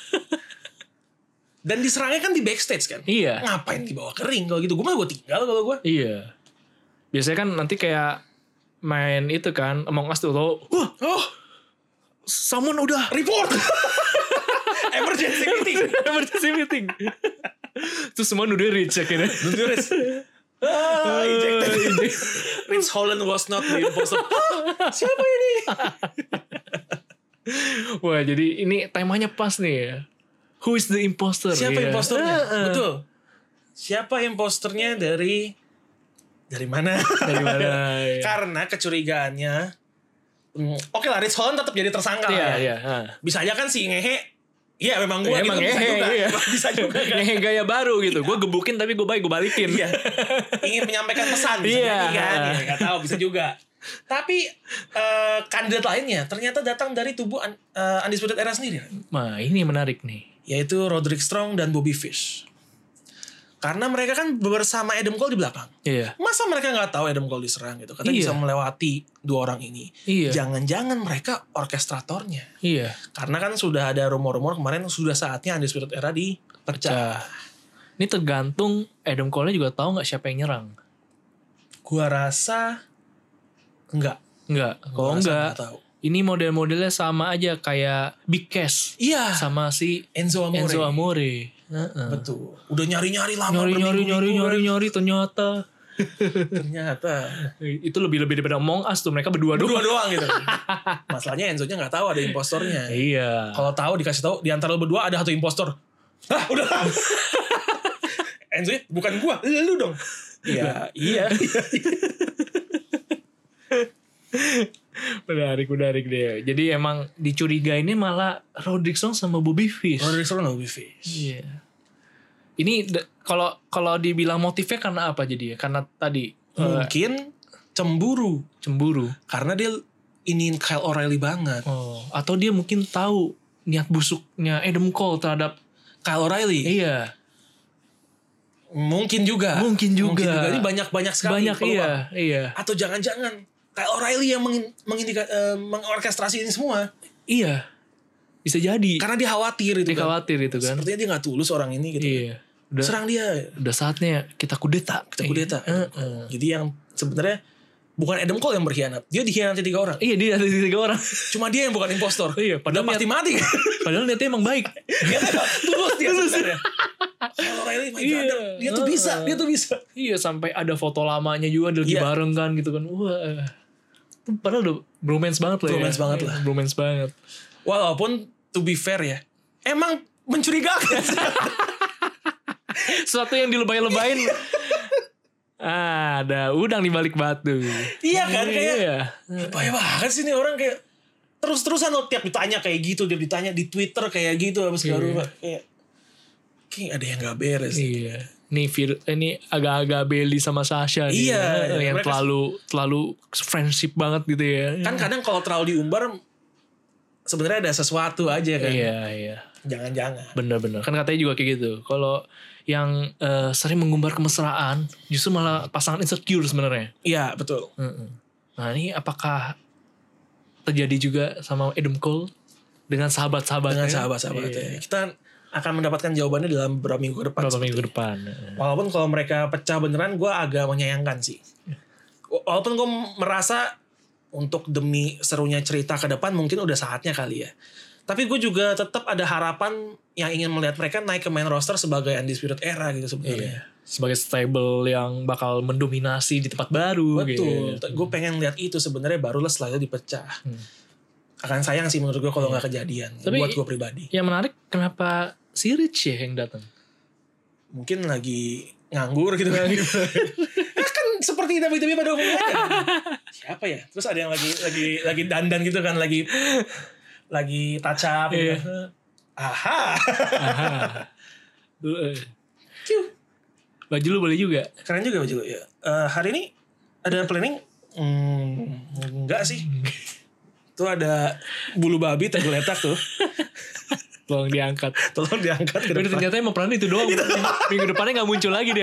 Dan diserangnya kan di backstage kan. Iya. Ngapain dibawa ke ring kalau gitu? Gue mah gue tinggal kalau gue. Iya. Biasanya kan nanti kayak main itu kan Among Us tuh tau. Wah, someone udah Report. Emergency meeting. emergency meeting. Terus semua udah reach akhirnya. Ejected. Rich Holland was not the imposter. Siapa ini? Wah jadi ini temanya pas nih ya. Who is the imposter? Siapa Iya. imposternya? Betul. Siapa imposternya dari mana? Dari mana? Iya. Karena kecurigaannya. Oke lah, Rich Holland tetap jadi tersangka lah ya. Iya. Bisa aja kan si ngehe. Iya memang gue Emang gitu, ngehe, iya. Bisa juga kan. Ngehe gaya baru gitu. Gue gebukin tapi gue balikin. Iya. Ingin menyampaikan pesan bisa Iya. jadi kan. Ya, gak tahu bisa juga. Tapi kandidat lainnya ternyata datang dari tubuh Undisputed Era sendiri. Nah ini menarik nih. Yaitu Roderick Strong dan Bobby Fish. Karena mereka kan bersama Adam Cole di belakang. Iya. Masa mereka gak tahu Adam Cole diserang gitu. Katanya Iya. bisa melewati dua orang ini. Iya. Jangan-jangan mereka orkestratornya. Iya. Karena kan sudah ada rumor-rumor kemarin sudah saatnya Undisputed Era dipecah. Ini tergantung Adam Cole-nya juga tahu nggak siapa yang nyerang. Gua rasa enggak. Enggak. Kalau enggak, Tahu. ini model-modelnya sama aja kayak Big Cass Iya. sama si Enzo Amore. Betul. Udah nyari-nyari lama. Nyari ternyata Ternyata itu lebih daripada Among Us tuh, mereka berdua doang gitu. Masalahnya Enzo-nya nggak tahu ada impostornya. Iya. Kalau tahu dikasih tahu di antara lo berdua ada satu impostor. Hah, udah. Enzo bukan gua, lu dong. Iya. Menarik deh. Jadi emang dicurigainnya malah Roderick Strong sama Bobby Fish. Roderick Strong sama Bobby Fish. Iya. Ini kalau dibilang motifnya karena apa jadi ya? Karena tadi mungkin cemburu karena dia iniin Kyle O'Reilly banget. Atau dia mungkin tahu niat busuknya Adam Cole terhadap Kyle O'Reilly. Iya. Mungkin juga. Ini banyak sekali. Banyak iya. Atau jangan-jangan Kyle O'Reilly yang mengorkestrasi ini semua. Iya. Bisa jadi. Karena dia khawatir itu kan. Sepertinya dia gak tulus orang ini gitu. Iya. Serang dia. Udah saatnya kita kudeta. Jadi yang sebenarnya bukan Adam Cole yang berkhianat. Dia dikhianati 3 orang. Iya, dia ada 3 orang. Cuma dia yang bukan impostor. Iya, padahal pasti mati kan. Padahal niatnya emang baik. Dia tulus dia sebenarnya. Kyle O'Reilly my brother. Dia tuh bisa. Iya, sampai ada foto lamanya juga lagi bareng kan gitu kan. Wah. Padahal udah bromance banget lah. Bromance banget. Walaupun to be fair ya, emang mencurigakan. Sesuatu yang dilebay-lebayin. Ada udang di balik batu. Iya kan, kayak bahaya banget sih nih orang, kayak terus-terusan tiap ditanya kayak gitu, dia ditanya di Twitter kayak gitu apa segala rupa. Kayak ada yang gak beres. Iya. Ini agak-agak Bailey sama Sasha nih. Iya. Yang terlalu friendship banget gitu ya. Kan kadang kalau terlalu diumbar sebenarnya ada sesuatu aja kan. Iya. Jangan-jangan. Bener-bener. Kan katanya juga kayak gitu. Kalau yang sering mengumbar kemesraan justru malah pasangan insecure sebenarnya. Iya, betul. Nah, ini apakah terjadi juga sama Adam Cole dengan sahabat-sahabatnya? Dengan sahabat-sahabatnya. Kita akan mendapatkan jawabannya dalam beberapa minggu ke depan. Walaupun kalau mereka pecah beneran, gue agak menyayangkan sih. Walaupun gue merasa untuk demi serunya cerita ke depan mungkin udah saatnya kali ya. Tapi gue juga tetap ada harapan yang ingin melihat mereka naik ke main roster sebagai Undisputed Era gitu sebenarnya. Sebagai stable yang bakal mendominasi di tempat baru. Betul. Gitu. Gue pengen lihat itu sebenarnya, barulah setelah itu dipecah. Akan sayang sih menurut gue kalau nggak kejadian. Tapi buat gue pribadi. Yang menarik, kenapa si Rich ya yang datang? Mungkin lagi nganggur gitu kan. Kan seperti WWE pada umumnya kan. Siapa ya? Terus ada yang lagi dandan gitu kan, lagi touch up gitu. Aha. Baju lu boleh juga. Keren juga baju lu ya. Hari ini ada planning? Enggak sih. Tuh ada bulu babi tergeletak tuh. Tolong diangkat ke depan. Ternyata emang peran itu doang. Minggu depannya gak muncul lagi dia.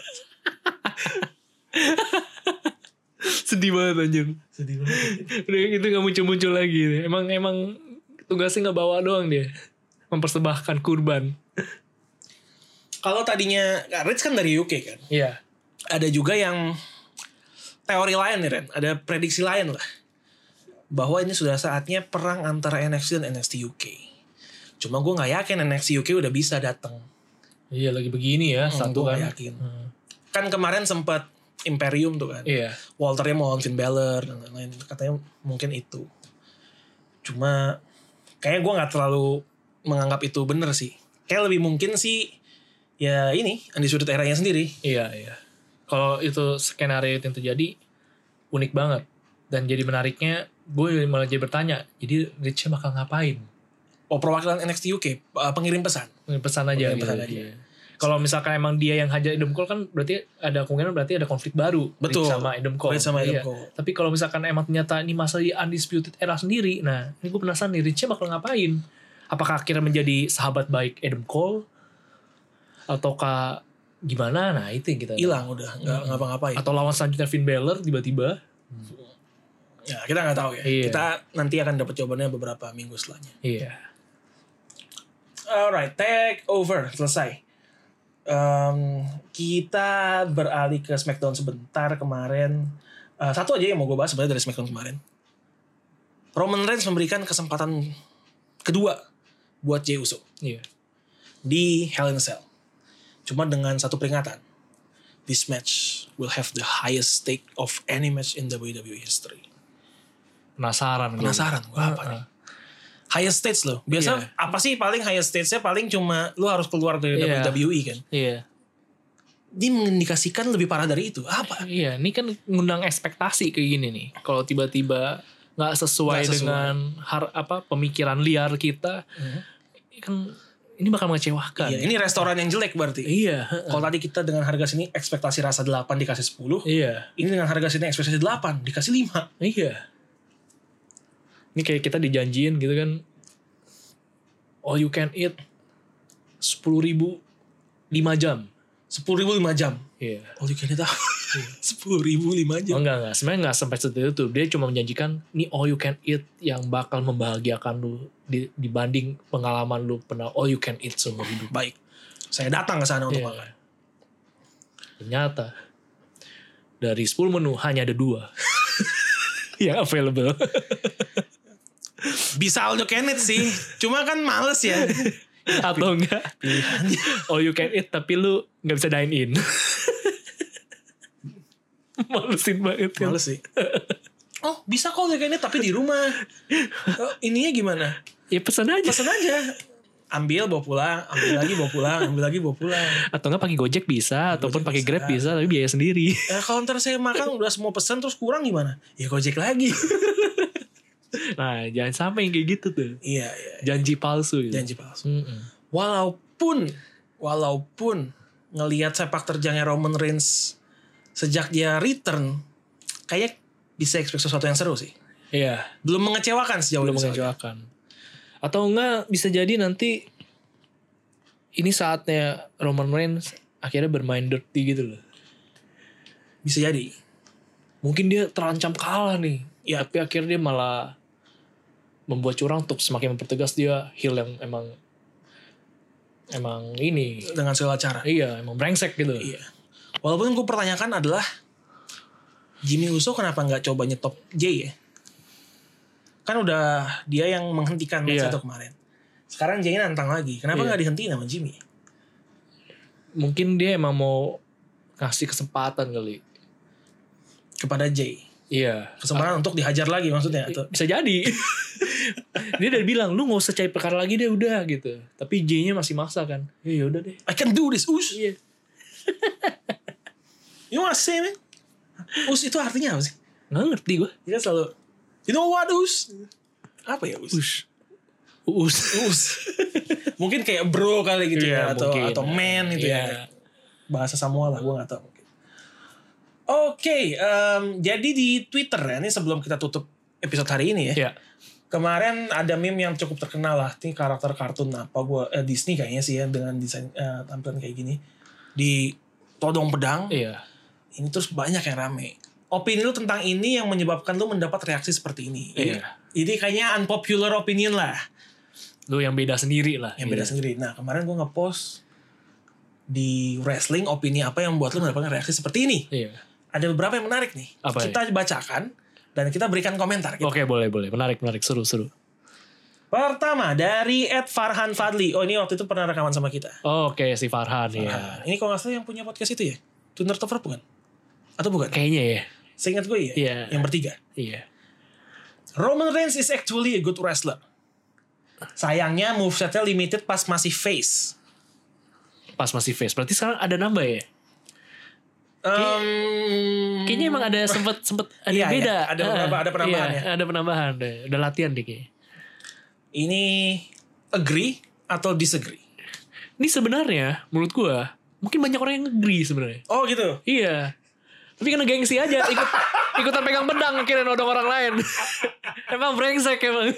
Sedih banget anjir. Udah gitu gak muncul lagi. Emang tugasnya gak bawa doang dia. Mempersembahkan kurban. Kalau tadinya Rich kan dari UK kan. Iya. Ada juga yang teori lain nih Ren. Ada prediksi lain lah. Bahwa ini sudah saatnya perang antara NXT dan NXT UK. Cuma gue gak yakin NXT UK udah bisa datang. Iya lagi begini ya. Satu kan. Gak yakin. Kan kemarin sempat Imperium tuh kan. Iya. Walternya mau lawan Finn Balor dan lain-lain. Katanya mungkin itu. Cuma kayaknya gue gak terlalu menganggap itu bener sih. Kayak lebih mungkin sih ya ini Undisputed Era-nya sendiri. Iya. Kalau itu skenario yang terjadi unik banget. Dan jadi menariknya gue malah jadi bertanya. Jadi Rich bakal ngapain? Oh, perwakilan NXT UK pengirim pesan. Pesan aja. Kalau misalkan emang dia yang hajar Adam Cole kan berarti ada kemungkinan berarti ada konflik baru. Betul. Sama Adam Cole. Tapi kalau misalkan emang ternyata ini masa di Undisputed Era sendiri, nah ini gue penasaran nih Rich bakal ngapain? Apakah akhirnya menjadi sahabat baik Adam Cole? Ataukah gimana? Nah itu yang kita hilang udah nggak ngapa-ngapain. Atau lawan selanjutnya Finn Balor tiba-tiba? Ya kita nggak tahu ya. Iya. Kita nanti akan dapat jawabannya beberapa minggu setelahnya. Iya. Alright, take over selesai. Kita beralih ke SmackDown sebentar kemarin. Satu aja yang mau gue bahas sebenarnya dari SmackDown kemarin. Roman Reigns memberikan kesempatan kedua buat Jey Uso. Iya. Di Hell in a Cell. Cuma dengan satu peringatan. This match will have the highest stake of any match in WWE history. Penasaran gue apa nih? Highest stage loh. Biasa apa sih paling highest stage-nya paling cuma lu harus keluar dari WWE kan. Iya. Dia mengindikasikan lebih parah dari itu. Apa? Iya, ini kan ngundang ekspektasi kayak gini nih. Kalau tiba-tiba nggak sesuai dengan pemikiran liar kita, kan ini bakal mengecewakan. Iya, ini restoran yang jelek berarti. Iya. Kalau tadi kita dengan harga sini ekspektasi rasa 8 dikasih 10. Iya. Ini dengan harga sini ekspektasi 8 dikasih 5. Iya. Ini kayak kita dijanjiin gitu kan, all you can eat 10.000 5 jam. 10.000 5 jam. Iya. All you can eat 10.000 5 jam. Oh enggak. Sebenarnya enggak sampai seperti itu. Dia cuma menjanjikan ini all you can eat yang bakal membahagiakan lu dibanding pengalaman lu pernah all you can eat seumur hidup. Baik. Saya datang ke sana untuk makan. Ternyata dari 10 menu hanya ada 2 yang available. Bisa all you can eat sih. Cuma kan males ya. Atau enggak all you can eat tapi lu gak bisa dine in. Malesin banget kan. Males sih. Oh bisa kok all you can eat tapi di rumah. Ininya gimana? Ya pesan aja. Ambil bawa pulang. Ambil lagi bawa pulang. Ambil lagi bawa pulang. Atau enggak pakai Gojek bisa. Ataupun pakai Grab bisa. Tapi biaya sendiri. Kalau ntar saya makan udah semua pesan terus kurang gimana? Ya Gojek lagi. Nah jangan sampai yang kayak gitu tuh. Iya. Janji palsu gitu. Janji palsu. Walaupun ngelihat sepak terjangnya Roman Reigns sejak dia return, kayak bisa expect sesuatu yang seru sih. Iya. Belum mengecewakan sejauh ini. Belum mengecewakan. Atau enggak bisa jadi nanti ini saatnya Roman Reigns akhirnya bermain dirty gitu loh. Bisa jadi. Mungkin dia terancam kalah nih. Ya. Tapi akhirnya dia malah membuat curang untuk semakin mempertegas dia heel yang emang ini. Dengan segala cara. Iya, emang brengsek gitu. Iya. Walaupun gue pertanyakan adalah Jimmy Uso kenapa nggak coba nyetop Jay ya? Kan udah dia yang menghentikan match itu kemarin. Sekarang Jay nantang lagi. Kenapa nggak dihentiin sama Jimmy? Mungkin dia emang mau ngasih kesempatan kali kepada Jay. Iya. Kesempatan untuk dihajar lagi maksudnya. Atau? Bisa jadi. Dia udah bilang lu gak usah cari perkara lagi deh udah gitu. Tapi J-nya masih maksa kan. Ya udah deh. I can do this Us. Iya. You know what I say man? Us itu artinya apa sih? Gak ngerti gue. Dia selalu you know what Us? Apa ya Us? Us. Mungkin kayak bro kali gitu ya. Atau man gitu ya. Bahasa Samoa lah gue gak tau. Oke, jadi di Twitter ya, ini sebelum kita tutup episode hari ini ya. Kemarin ada meme yang cukup terkenal lah, ini karakter kartun Disney kayaknya sih ya dengan desain tampilan kayak gini di todong pedang. Iya. Ini terus banyak yang rame. Opini lu tentang ini yang menyebabkan lu mendapat reaksi seperti ini. Iya. Jadi kayaknya unpopular opinion lah. Lu yang beda sendiri lah. Yang beda sendiri. Nah kemarin gue nge-post di wrestling opini apa yang membuat lu mendapatkan reaksi seperti ini. Iya. Ada beberapa yang menarik nih. Apa kita bacakan dan kita berikan komentar. Gitu. Oke, boleh. Menarik. Seru. Pertama dari @Farhan Fadli. Oh ini waktu itu pernah rekaman sama kita. Oke, si Farhan ya. Ini kalau nggak salah yang punya podcast itu ya. Tuner Topper bukan? Atau bukan? Kayaknya ya. Seingat gue ya. Iya. Yang bertiga. Iya. Roman Reigns is actually a good wrestler. Sayangnya movesetnya limited pas masih face. Berarti sekarang ada nambah ya? Kayaknya emang ada sempet ada iya, beda. Iya, ada penambahan ya. Ada penambahan deh. Udah latihan deh kayaknya. Ini agree atau disagree? Ini sebenarnya menurut gua mungkin banyak orang yang agree sebenarnya. Oh gitu. Iya. Tapi karena gengsi aja ikutan pegang pedang kira nodong orang lain. Emang brengsek emang.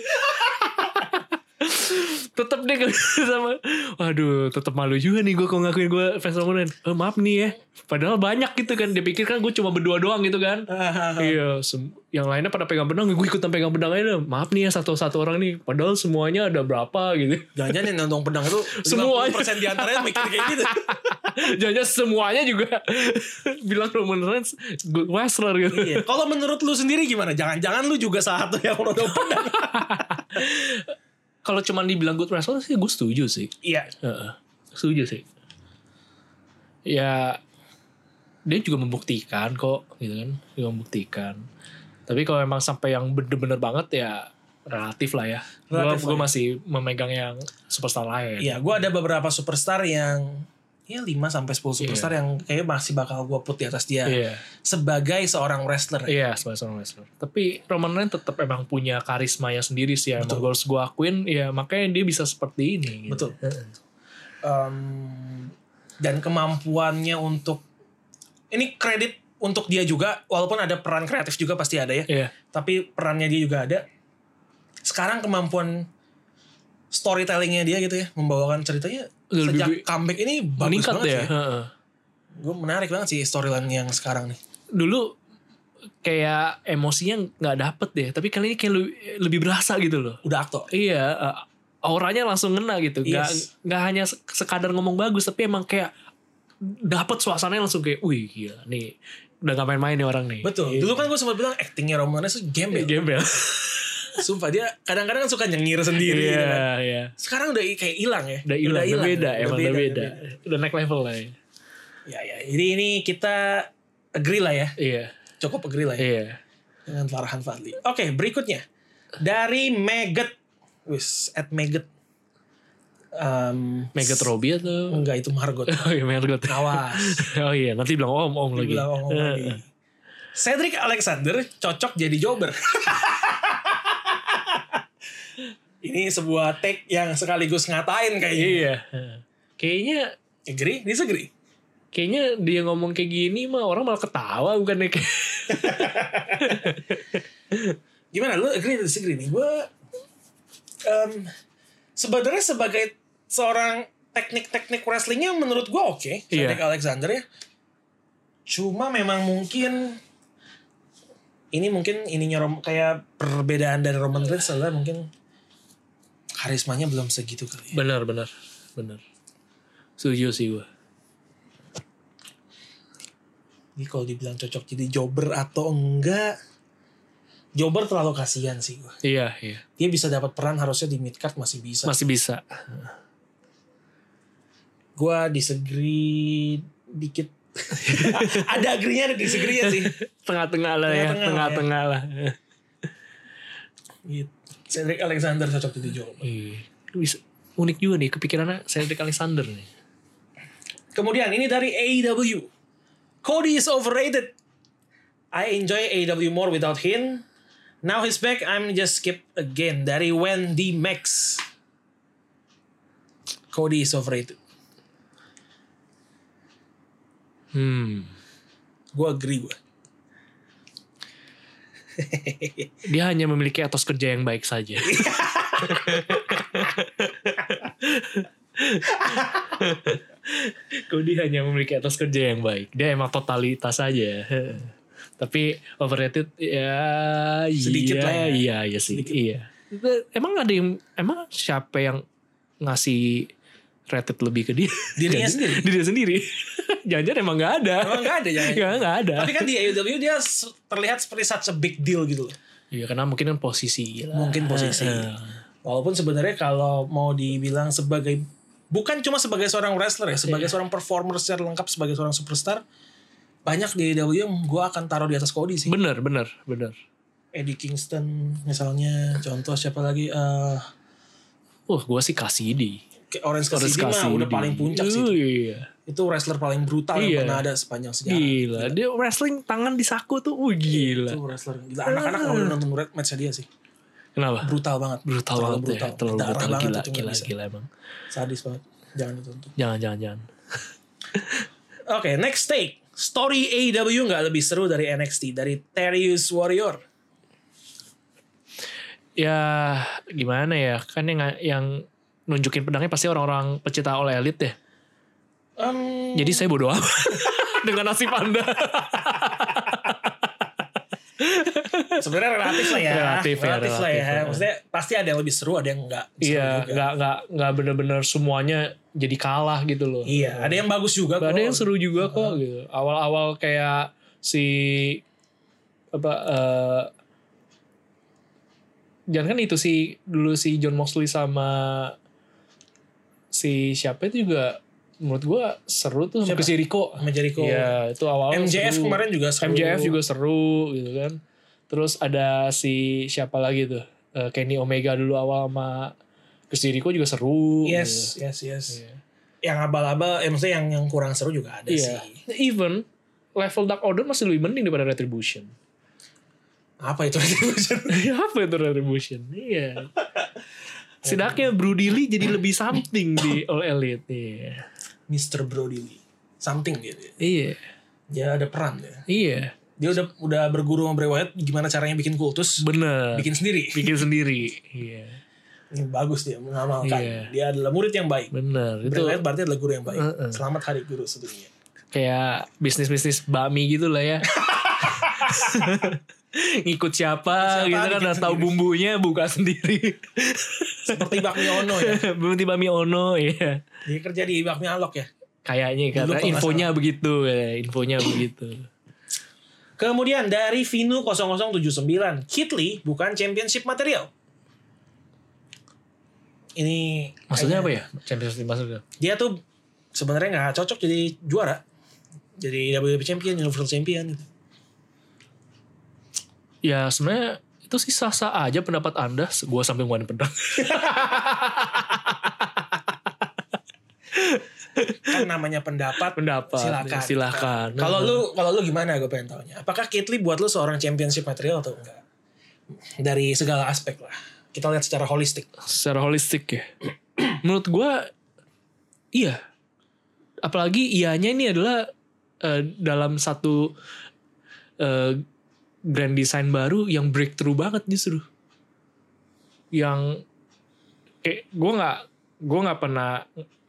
Tetep deh sama. Waduh, tetep malu juga nih gue kalau ngakuin gue fans Roman Reigns. Maaf nih ya. Padahal banyak gitu kan. Dia pikir kan gue cuma berdua doang gitu kan. Iya, yang lainnya pada pegang pedang, gue ikutan pegang pedang aja. Maaf nih ya satu orang nih. Padahal semuanya ada berapa gitu. Jangan-jangan yang nodong pedang itu semuanya 50% diantaranya mikir kayak gitu. Jangan semuanya juga bilang Roman Reigns good wrestler gitu. Iya. Kalau menurut lu sendiri gimana? Jangan-jangan lu juga salah satu yang nodong pedang. Kalau cuma dibilang good wrestler sih gue setuju sih. Iya. Setuju sih. Ya dia juga membuktikan kok gitu kan. Dia membuktikan. Tapi kalau memang sampai yang bener-bener banget ya relatif lah ya. Gue masih memegang yang superstar lain. Iya, gue ada beberapa superstar yang 5 sampai 10 superstar yang kayak masih bakal gue put di atas dia sebagai seorang wrestler. Iya, sebagai seorang wrestler. Tapi Roman Reigns tetap emang punya karismanya sendiri sih. Emang harus gue akuin, ya makanya dia bisa seperti ini. Gitu. Betul. Dan kemampuannya untuk ini kredit untuk dia juga, walaupun ada peran kreatif juga pasti ada ya. Iya. Tapi perannya dia juga ada. Sekarang kemampuan storytellingnya dia gitu ya, membawakan ceritanya sejak comeback ini bagus banget ya. Gue menarik banget sih storyline yang sekarang nih. Dulu kayak emosinya nggak dapet deh, tapi kali ini kayak lebih berasa gitu loh. Udah aktor. Iya, auranya langsung ngena gitu. Nggak hanya sekadar ngomong bagus, tapi emang kayak dapet suasananya langsung kayak, wih gila nih, udah gak main-main nih orang nih. Betul. Dulu kan gue sempat bilang actingnya Roman Reigns tuh gembel. Sumpah dia kadang-kadang kan suka nyengir sendiri. Iya. Sekarang udah kayak hilang ya. Udah beda. Udah naik level lah ya. Ya. Jadi ini kita agree lah ya. Iya. Cukup agree lah ya. Iya. Dengan Farhan Fadli. Oke, berikutnya. Dari Megat. @Megat. Megat Robbie atau? Enggak, itu Margot. Oh iya, Margot. Awas. Oh iya, nanti bilang om lagi. Cedric Alexander cocok jadi jobber. Ini sebuah take yang sekaligus ngatain kayaknya. Iya. Kayaknya agree, disagree. Kayaknya dia ngomong kayak gini mah orang malah ketawa bukan kayak. Gimana lu agree atau disagree nih? Gue sebenarnya sebagai seorang teknik wrestlingnya menurut gue oke. Cedric Alexander ya. Cuma memang mungkin ininya kayak perbedaan dari Roman Reigns adalah mungkin karismanya belum segitu kali ya. Benar. Setuju sih gue. Jadi kalau dibilang cocok jadi jobber atau enggak, jobber terlalu kasihan sih gue. Iya. Dia bisa dapat peran harusnya di mid card masih bisa. Gue disagree dikit. Ada agree-nya, ada disagree-nya sih. Tengah-tengah lah. Gitu. Cedric Alexander cocok jadi jobber. Unik juga nih kepikirannya Cedric Alexander nih. Kemudian ini dari AEW. Cody is overrated. I enjoy AEW more without him. Now he's back, I'm just skip again. Dari Wendy Max. Cody is overrated. Gue agree gue. Dia hanya memiliki etos kerja yang baik saja. Cody hanya memiliki etos kerja yang baik. Dia emang totalitas saja. Tapi overrated ya sedikit lah ya. Iya sih. Iya. Emang siapa yang ngasih rated lebih ke dia? Dirinya sendiri. Jangan-jangan emang gak ada. Gak ada. Tapi kan di AEW dia terlihat seperti such a big deal gitu loh. Iya, karena mungkin kan posisi lah. Walaupun sebenarnya kalau mau dibilang sebagai, bukan cuma sebagai seorang wrestler ya, sebagai seorang performer secara lengkap, sebagai seorang superstar, banyak di AEW yang gue akan taruh di atas Cody sih. Bener. Eddie Kingston misalnya, contoh siapa lagi? Gue sih Cassidy. Orange Cassidy mah udah paling puncak sih. Iya. Itu wrestler paling brutal yang pernah ada sepanjang sejarah. Gila. Dia wrestling tangan di saku tuh. Gila. Itu wrestler gila. Anak-anak kalau nonton match dia sih. Kenapa? Brutal banget. Terlalu brutal. Banget Gila emang. Sadis banget. Jangan ditonton. Jangan. Oke, next take. Story AEW gak lebih seru dari NXT. Dari Terius Warrior. Ya gimana ya. Kan yang nunjukin pedangnya pasti orang-orang pecinta All Elite ya. Jadi saya bodo amat dengan nasib Anda. Sebenarnya relatif lah ya. Relatif lah ya. Maksudnya pasti ada yang lebih seru, ada yang enggak. Iya, enggak benar-benar semuanya jadi kalah gitu loh. Iya, ada yang bagus juga kok. Ada yang seru juga kok gitu. Awal-awal kayak jangan kan itu dulu si Jon Moxley sama si siapa itu juga menurut gue seru tuh. Sama Jericho. Iya, itu awalnya MJF seru. Kemarin juga seru. MJF juga seru gitu kan. Terus ada si siapa lagi tuh, Kenny Omega dulu awal sama Chris Jericho juga seru. Yes. Iya. yang abal-abal, maksudnya yang kurang seru juga ada sih. Even level Dark Order masih lebih mending daripada Retribution. Apa itu Retribution? Apa itu Retribution? Iya. Setidaknya Brody Lee jadi lebih something di All Elite. Iya. Mr. Brody Lee. Something dia. Iya. Dia ada peran dia. Iya. Dia udah berguru sama Bray Wyatt gimana caranya bikin kultus. Bener. Bikin sendiri. Iya. Ini bagus dia mengamalkan. Iya. Dia adalah murid yang baik. Bener. Bray Wyatt berarti adalah guru yang baik. Selamat hari guru sedunia. Kayak bisnis bakmi gitu lah ya. Ngikut siapa gitu kan, udah tahu bumbunya buka sendiri. Seperti Bakmi Ono ya. Seperti Bakmi Ono ya. Dia kerja di Bakmi Alok ya. Kayaknya karena infonya begitu ya, infonya begitu. Kemudian dari Vinu 0079, Keith Lee bukan championship material. Ini maksudnya apa ya? Championship maksudnya? Dia tuh sebenarnya nggak cocok jadi juara. Jadi WWE Champion, Universal Champion gitu. Ya sebenarnya itu sih sah-sah aja pendapat Anda. Gue sampai ngomongin pedang. Kan namanya pendapat. Silakan. Kalau lu gimana, gue pengen taunya. Apakah Keith Lee buat lu seorang championship material atau enggak? Dari segala aspek lah. Kita lihat secara holistik. Secara holistik ya. Menurut gue iya. Apalagi ianya ini adalah dalam satu grand design baru yang breakthrough banget justru. Yang kayak gue nggak pernah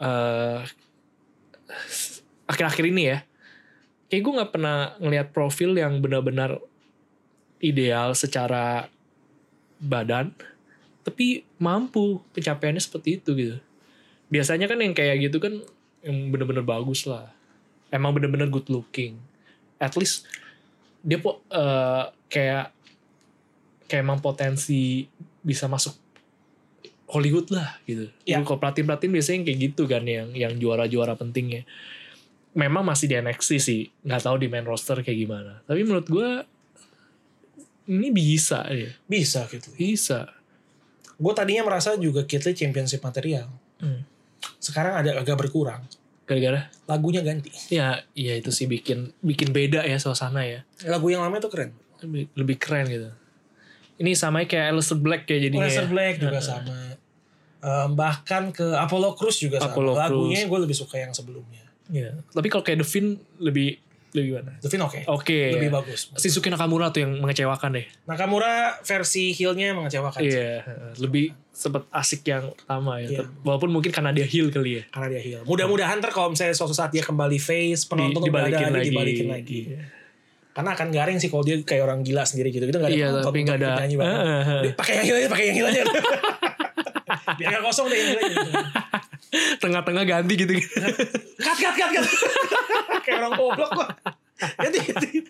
akhir-akhir ini ya, kayak gue nggak pernah ngelihat profil yang benar-benar ideal secara badan, tapi mampu pencapaiannya seperti itu gitu. Biasanya kan yang kayak gitu kan yang benar-benar bagus lah, emang benar-benar good looking, at least dia kayak emang potensi bisa masuk Hollywood lah gitu. Ya. Kalau pelatih biasanya kayak gitu kan, yang juara-juara pentingnya. Memang masih di NXT sih, nggak tahu di main roster kayak gimana. Tapi menurut gue ini bisa ya. Bisa gitu. Bisa. Gue tadinya merasa juga Keith Lee championship material. Sekarang agak berkurang. Gara-gara lagunya ganti. Ya, iya itu sih bikin beda ya suasana ya. Lagu yang lama tuh keren. Lebih keren gitu. Ini sama kayak Aleister Black ya jadinya. Aleister Black juga sama. Bahkan ke Apollo Crews juga sama. Lagunya gue lebih suka yang sebelumnya. Iya. Tapi kalau kayak The Fiend lebih gimana? The Fiend oke. Lebih bagus. Shinsuke Nakamura tuh yang mengecewakan deh. Nakamura versi heel-nya mengecewakan. Iya, lebih sempet asik yang pertama ya. Iya. Walaupun mungkin karena dia heel kali ya. Karena dia heel. Mudah-mudahan ntar kalau misalnya suatu saat dia kembali face, penonton dibalikin lagi. Karena akan garing sih kalau dia kayak orang gila sendiri gitu. Kita nggak ada penonton, tapi nggak ada. Pakai yang heel aja. Biar nggak kosong deh yang heel aja. Tengah-tengah ganti gitu. Cut. Kayak orang goblok kok. Ganti.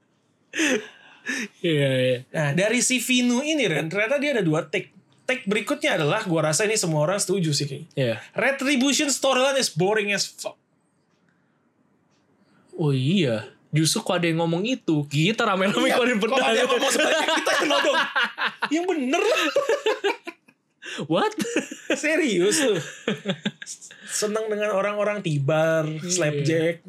Iya. Nah dari si Vinu ini Ren, ternyata dia ada 2 take. Take berikutnya adalah, gue rasa ini semua orang setuju sih kayaknya. Yeah. Retribution storyline is boring as fuck. Oh iya. Justru kok ada yang ngomong itu, kita rame-rame keluarin pedang. Kalau ada yang ngomong sebenarnya kita yang nodong. Yang bener lah. What? Serius tuh. Seneng dengan orang-orang tibar, slapjack.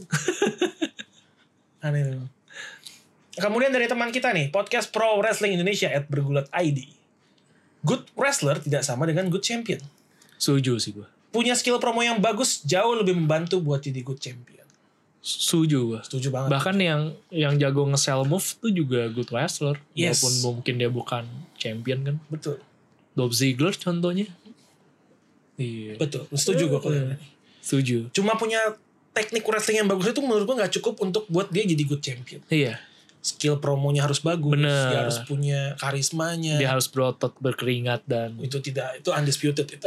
Aneh. Kemudian dari teman kita nih, podcast Pro Wrestling Indonesia @bergulat_id. Good wrestler tidak sama dengan good champion. Setuju sih gue. Punya skill promo yang bagus jauh lebih membantu buat jadi good champion. Setuju banget. Bahkan yang jago nge-sell move tuh juga good wrestler. Yes. Walaupun mungkin dia bukan champion kan. Betul. Dolph Ziggler contohnya. Iya. Betul. Setuju gue kalau ini. Setuju. Cuma punya teknik wrestling yang bagus itu menurut gue gak cukup untuk buat dia jadi good champion. Iya. Skill promonya harus bagus. Bener. Dia harus punya karismanya. Dia harus berotot, berkeringat dan itu undisputed itu.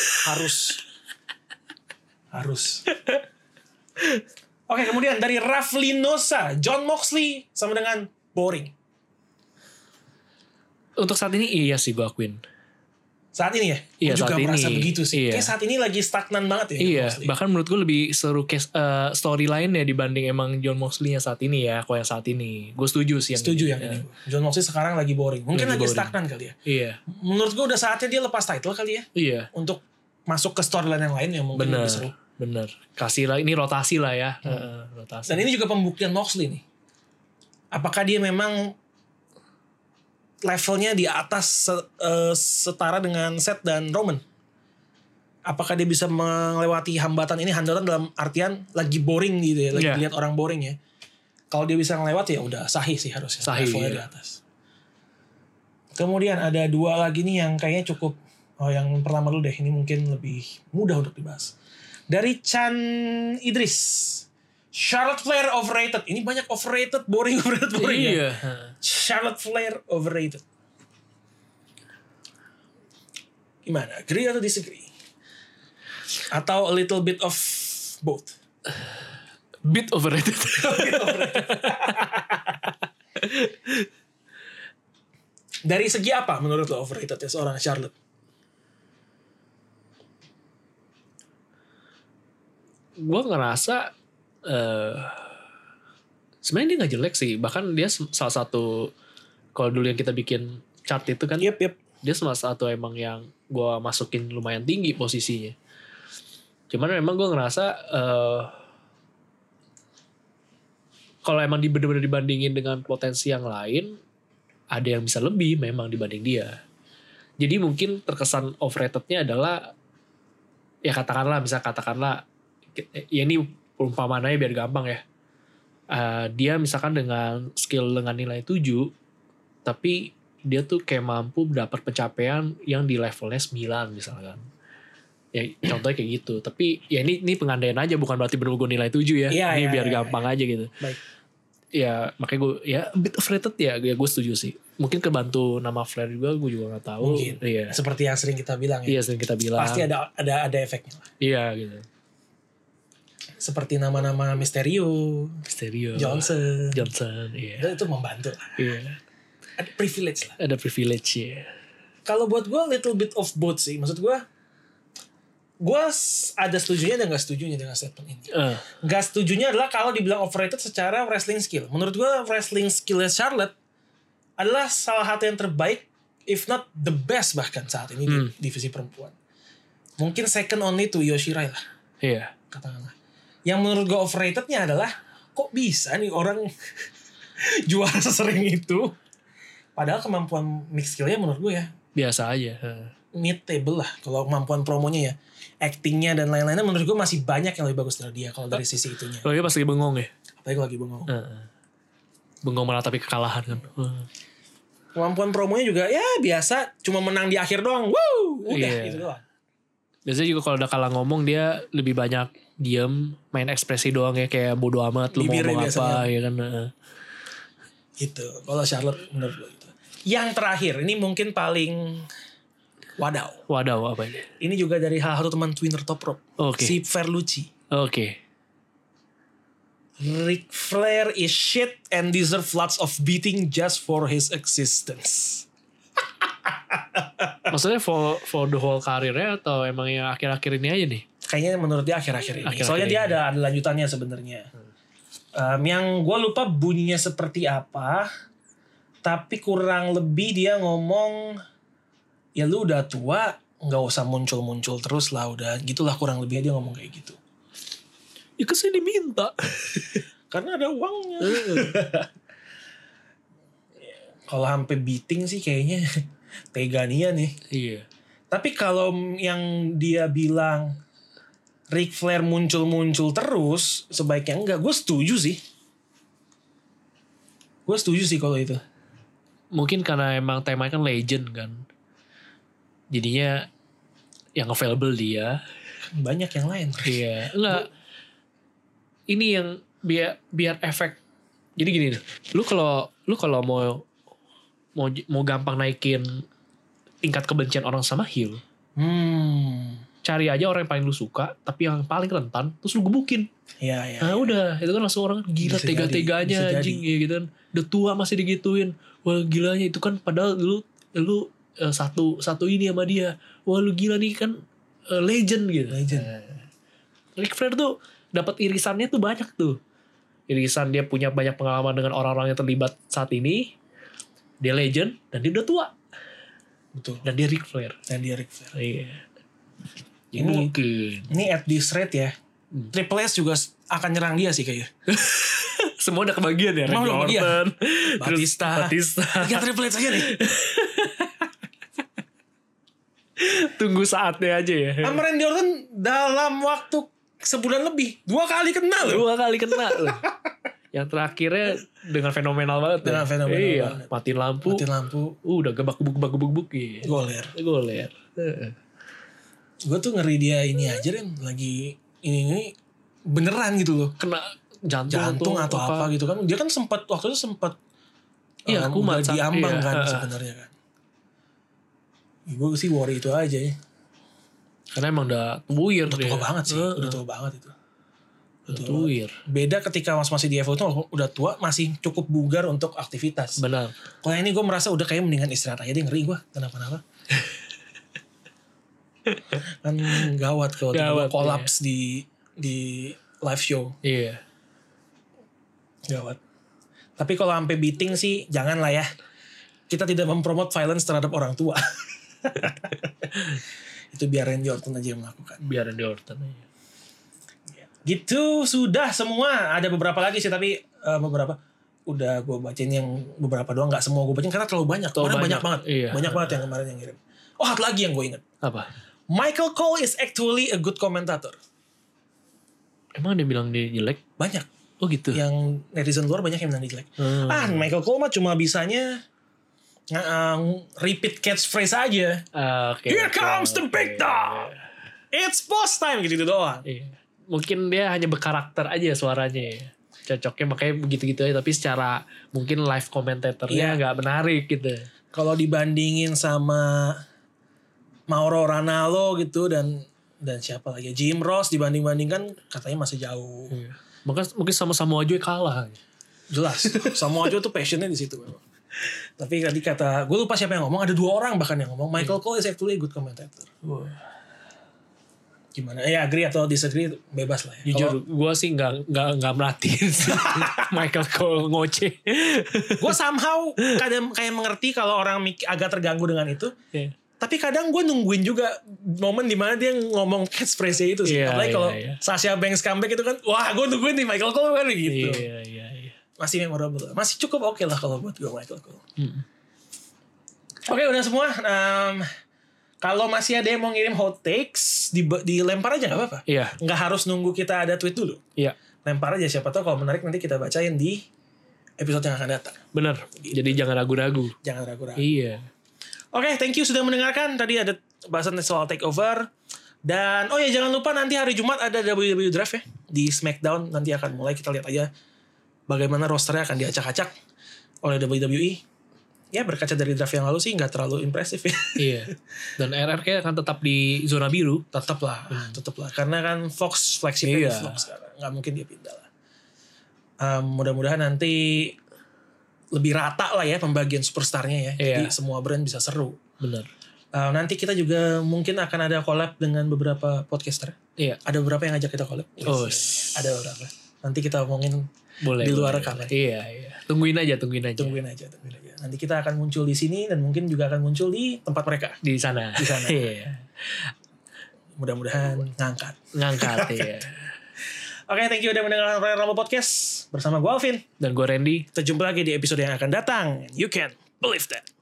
harus. Oke, kemudian dari Raflinosa, Jon Moxley sama dengan boring. Untuk saat ini iya sih gue akuin. Saat ini ya? Iya, juga saat merasa ini. begitu sih. Iya. Kayak saat ini lagi stagnan banget ya. Iya, bahkan menurut gue lebih seru storyline ya dibanding emang Jon Moxley yang saat ini ya. Kalau yang saat ini, gue setuju sih. Yang ini. Jon Moxley sekarang lagi boring. Mungkin lagi stagnan kali ya. Iya. Menurut gue udah saatnya dia lepas title kali ya. Iya. Untuk masuk ke storyline yang lain yang mungkin lebih seru. Bener. Kasih lah, ini rotasi lah ya. Rotasi. Dan ini juga pembuktian Moxley nih. Apakah dia memang levelnya di atas setara dengan Seth dan Roman? Apakah dia bisa melewati hambatan dalam artian lagi boring gitu ya, lagi lihat orang boring ya. Kalau dia bisa ngelewati ya udah sahih sih harusnya. Sahih, levelnya di atas. Kemudian ada 2 lagi nih yang kayaknya cukup. Yang pertama dulu deh, ini mungkin lebih mudah untuk dibahas. Dari Chan Idris, Charlotte Flair overrated. Ini banyak overrated, boring Iya. ya. Charlotte Flair overrated. Gimana? Agree atau disagree? Atau a little bit of both? Bit overrated. Dari segi apa menurut lo overrated ya seorang Charlotte? Gue ngerasa sebenarnya dia nggak jelek sih. Bahkan dia salah satu, kalau dulu yang kita bikin chart itu kan, Yep. dia salah satu emang yang gue masukin lumayan tinggi posisinya. Cuman memang gue ngerasa kalau emang bener-bener dibandingin dengan potensi yang lain, ada yang bisa lebih memang dibanding dia. Jadi mungkin terkesan overratednya adalah, ya katakanlah ya ini perumpamananya biar gampang ya. Dia misalkan dengan skill dengan nilai 7, tapi dia tuh kayak mampu dapat pencapaian yang di levelnya 9 misalkan. Ya contohnya kayak gitu. Tapi ya ini pengandaian aja, bukan berarti bener-bener nilai 7 ya. Ini biar gampang aja gitu. Baik. Ya makanya gue ya a bit overrated ya gue setuju sih. Mungkin kebantu nama Flair juga, gue juga gak tahu. Mungkin. Iya. Seperti yang sering kita bilang ya. Iya, sering kita bilang. Pasti ada efeknya lah. Iya gitu. Seperti nama-nama Mysterio, Johnson, iya. Itu membantu lah. Iya. Ada privilege lah. Ada privilege ya. Kalau buat gue little bit of both sih. Maksud gue ada setujunya dan gak setujunya dengan statement ini. Gak setujunya adalah kalau dibilang overrated secara wrestling skill. Menurut gue wrestling skillnya Charlotte adalah salah satu yang terbaik, if not the best bahkan saat ini di divisi perempuan. Mungkin second only to Io Shirai lah. Iya. Katakanlah. Yang menurut gue overratednya adalah kok bisa nih orang juara sesering itu. Padahal kemampuan mix skillnya menurut gue ya biasa aja. mid-table lah kalau kemampuan promonya ya. Actingnya dan lain-lainnya menurut gue masih banyak yang lebih bagus dari dia kalau dari sisi itunya. Kalau dia pas lagi bengong ya. Apalagi lagi bengong. Bengong malah tapi kekalahan kan. Kemampuan promonya juga ya biasa, cuma menang di akhir doang. Udah gitu doang. Biasanya juga kalau udah kalah ngomong dia lebih banyak diem, main ekspresi doang ya, kayak bodo amat lu mau ngomong apa ya kan. Gitu. Kalau Charlotte menurut gue itu. Yang terakhir ini mungkin paling wadaw apa ini? Ini juga dari salah satu teman Twinner Top Rope. Si Ferlucci. Ric Flair is shit and deserve lots of beating just for his existence. Maksudnya for the whole karirnya atau emang yang akhir-akhir ini aja nih? Kayaknya menurut dia akhir-akhir ini. Soalnya dia ada lanjutannya sebenarnya. Yang gue lupa bunyinya seperti apa. Tapi kurang lebih dia ngomong, ya lu udah tua, gak usah muncul-muncul terus lah, udah gitulah kurang lebih dia ngomong kayak gitu. Ya kesini diminta. Karena ada uangnya. Kalau sampai beating sih kayaknya tegania nih. Iya. Tapi kalau yang dia bilang Ric Flair muncul-muncul terus, sebaiknya enggak. Gue setuju sih kalau itu. Mungkin karena emang temanya kan legend kan. Jadinya yang available dia. Banyak yang lain. Iya. Enggak. Ini yang biar efek. Jadi gini, lu kalau mau gampang naikin tingkat kebencian orang sama heel. Cari aja orang yang paling lu suka, tapi yang paling rentan, terus lu gebukin. Iya. Nah udah, itu kan langsung orang gila tega-teganya anjing ya gitu kan. Udah tua masih digituin. Wah gilanya itu kan padahal lu satu ini sama dia. Wah lu gila nih kan legend gitu. Ric Flair tuh dapat irisannya tuh banyak tuh. Irisan dia punya banyak pengalaman dengan orang-orang yang terlibat saat ini. Dia legend dan dia udah tua. Betul. Dan dia Ric Flair. Iya. Ini mungkin. Ini at this rate ya. Triple H juga akan nyerang dia sih kayaknya. Semua udah kebagian ya. Semua udah kebagian. Batista. Ya Triple H aja nih. Tunggu saatnya aja ya. Sama Randy Orton dalam waktu sebulan lebih 2 kali kena loh. 2 kali kena loh. Yang terakhirnya dengan fenomenal banget. Dengan fenomenal iya, banget. Matiin lampu. Udah gebak-gebuk gitu. Goler. Gue tuh ngeri dia ini aja kan. Lagi ini beneran gitu loh. Kena jantung atau apa gitu kan. Dia kan waktu itu sempat kumat diambang kan sebenarnya kan. Gue sih worry itu aja ya. Karena emang udah tuir dia. Tua banget sih. Udah tua banget itu. Tuir. Beda ketika masih di Evo itu udah tua masih cukup bugar untuk aktivitas. Benar. Kalau ini gue merasa udah kayak mendingan istirahat aja deh, ngeri gue kenapa-napa. Kan gawat kalau kolaps di live show. Iya. Gawat. Tapi kalau sampai beating sih jangan lah ya. Kita tidak mempromot violence terhadap orang tua. Itu biar Randy Orton aja yang melakukan. Gitu sudah semua. Ada beberapa lagi sih tapi beberapa udah gue bacain yang beberapa doang, nggak semua gue bacain karena terlalu banyak. Banyak banget. Iya. Banyak banget yang kemarin yang ngirim. Oh, satu lagi yang gue inget. Apa? Michael Cole is actually a good commentator. Emang dia bilang dia jelek? Banyak. Oh gitu. Yang netizen luar banyak yang bilang dia jelek. Michael Cole mah cuma bisanya repeat catchphrase aja. Here comes the big dog. It's boss time gitu doang. Iya. Mungkin dia hanya berkarakter aja suaranya. Cocoknya makanya begitu-gitu aja. Tapi secara mungkin live commentatornya gak menarik gitu. Kalau dibandingin sama Mauro Ranallo gitu dan siapa lagi, Jim Ross dibanding-bandingkan katanya masih jauh. Iya. Mungkin sama Samoa Joe kalah. Jelas. Samoa Joe tuh passionnya di situ memang. Tapi tadi kata, gue lupa siapa yang ngomong, ada 2 orang bahkan yang ngomong, Michael Cole is actually a good commentator. Gimana? Ya agree atau disagree bebas lah ya. Jujur, gue sih nggak merhatiin Michael Cole ngoceh. Gue somehow kadang kayak mengerti kalau orang agak terganggu dengan itu. Yeah. Tapi kadang gue nungguin juga momen dimana dia ngomong catchphrase itu sih. Apalagi kalau Sasha Banks comeback itu kan, wah gue nungguin nih Michael Cole kan gitu. Iya. Masih memorable. Masih cukup oke lah kalau buat gue Michael Cole. Oke, udah semua. Kalau masih ada yang mau ngirim hot takes, dilempar aja gak apa-apa. Iya. Nggak harus nunggu kita ada tweet dulu. Iya. Lempar aja, siapa tahu kalau menarik nanti kita bacain di episode yang akan datang. Bener. Gitu. Jadi jangan ragu-ragu. Iya. Oke, thank you sudah mendengarkan. Tadi ada bahasan soal takeover. Dan jangan lupa nanti hari Jumat ada WWE Draft ya. Di SmackDown nanti akan mulai, kita lihat aja bagaimana rosternya akan diacak-acak oleh WWE. Ya berkaca dari draft yang lalu sih gak terlalu impresif ya. Iya. Dan RRQ akan tetap di zona biru. Tetap lah. Karena kan Fox flagshipnya di Fox sekarang. Gak mungkin dia pindah lah. Mudah-mudahan nanti lebih rata lah ya pembagian superstarnya ya. Jadi semua brand bisa seru. Benar. Nanti kita juga mungkin akan ada collab dengan beberapa podcaster. Iya. Ada beberapa yang ngajak kita collab. Ada beberapa. Nanti kita omongin di luar rekaman. Iya. Tungguin aja. Nanti kita akan muncul di sini dan mungkin juga akan muncul di tempat mereka. Di sana. Iya. Mudah-mudahan ngangkat. Iya. Oke, thank you udah mendengarkan Royal Rumble Podcast bersama gue Alvin dan gue Randy. Kita jumpa lagi di episode yang akan datang. You can believe that.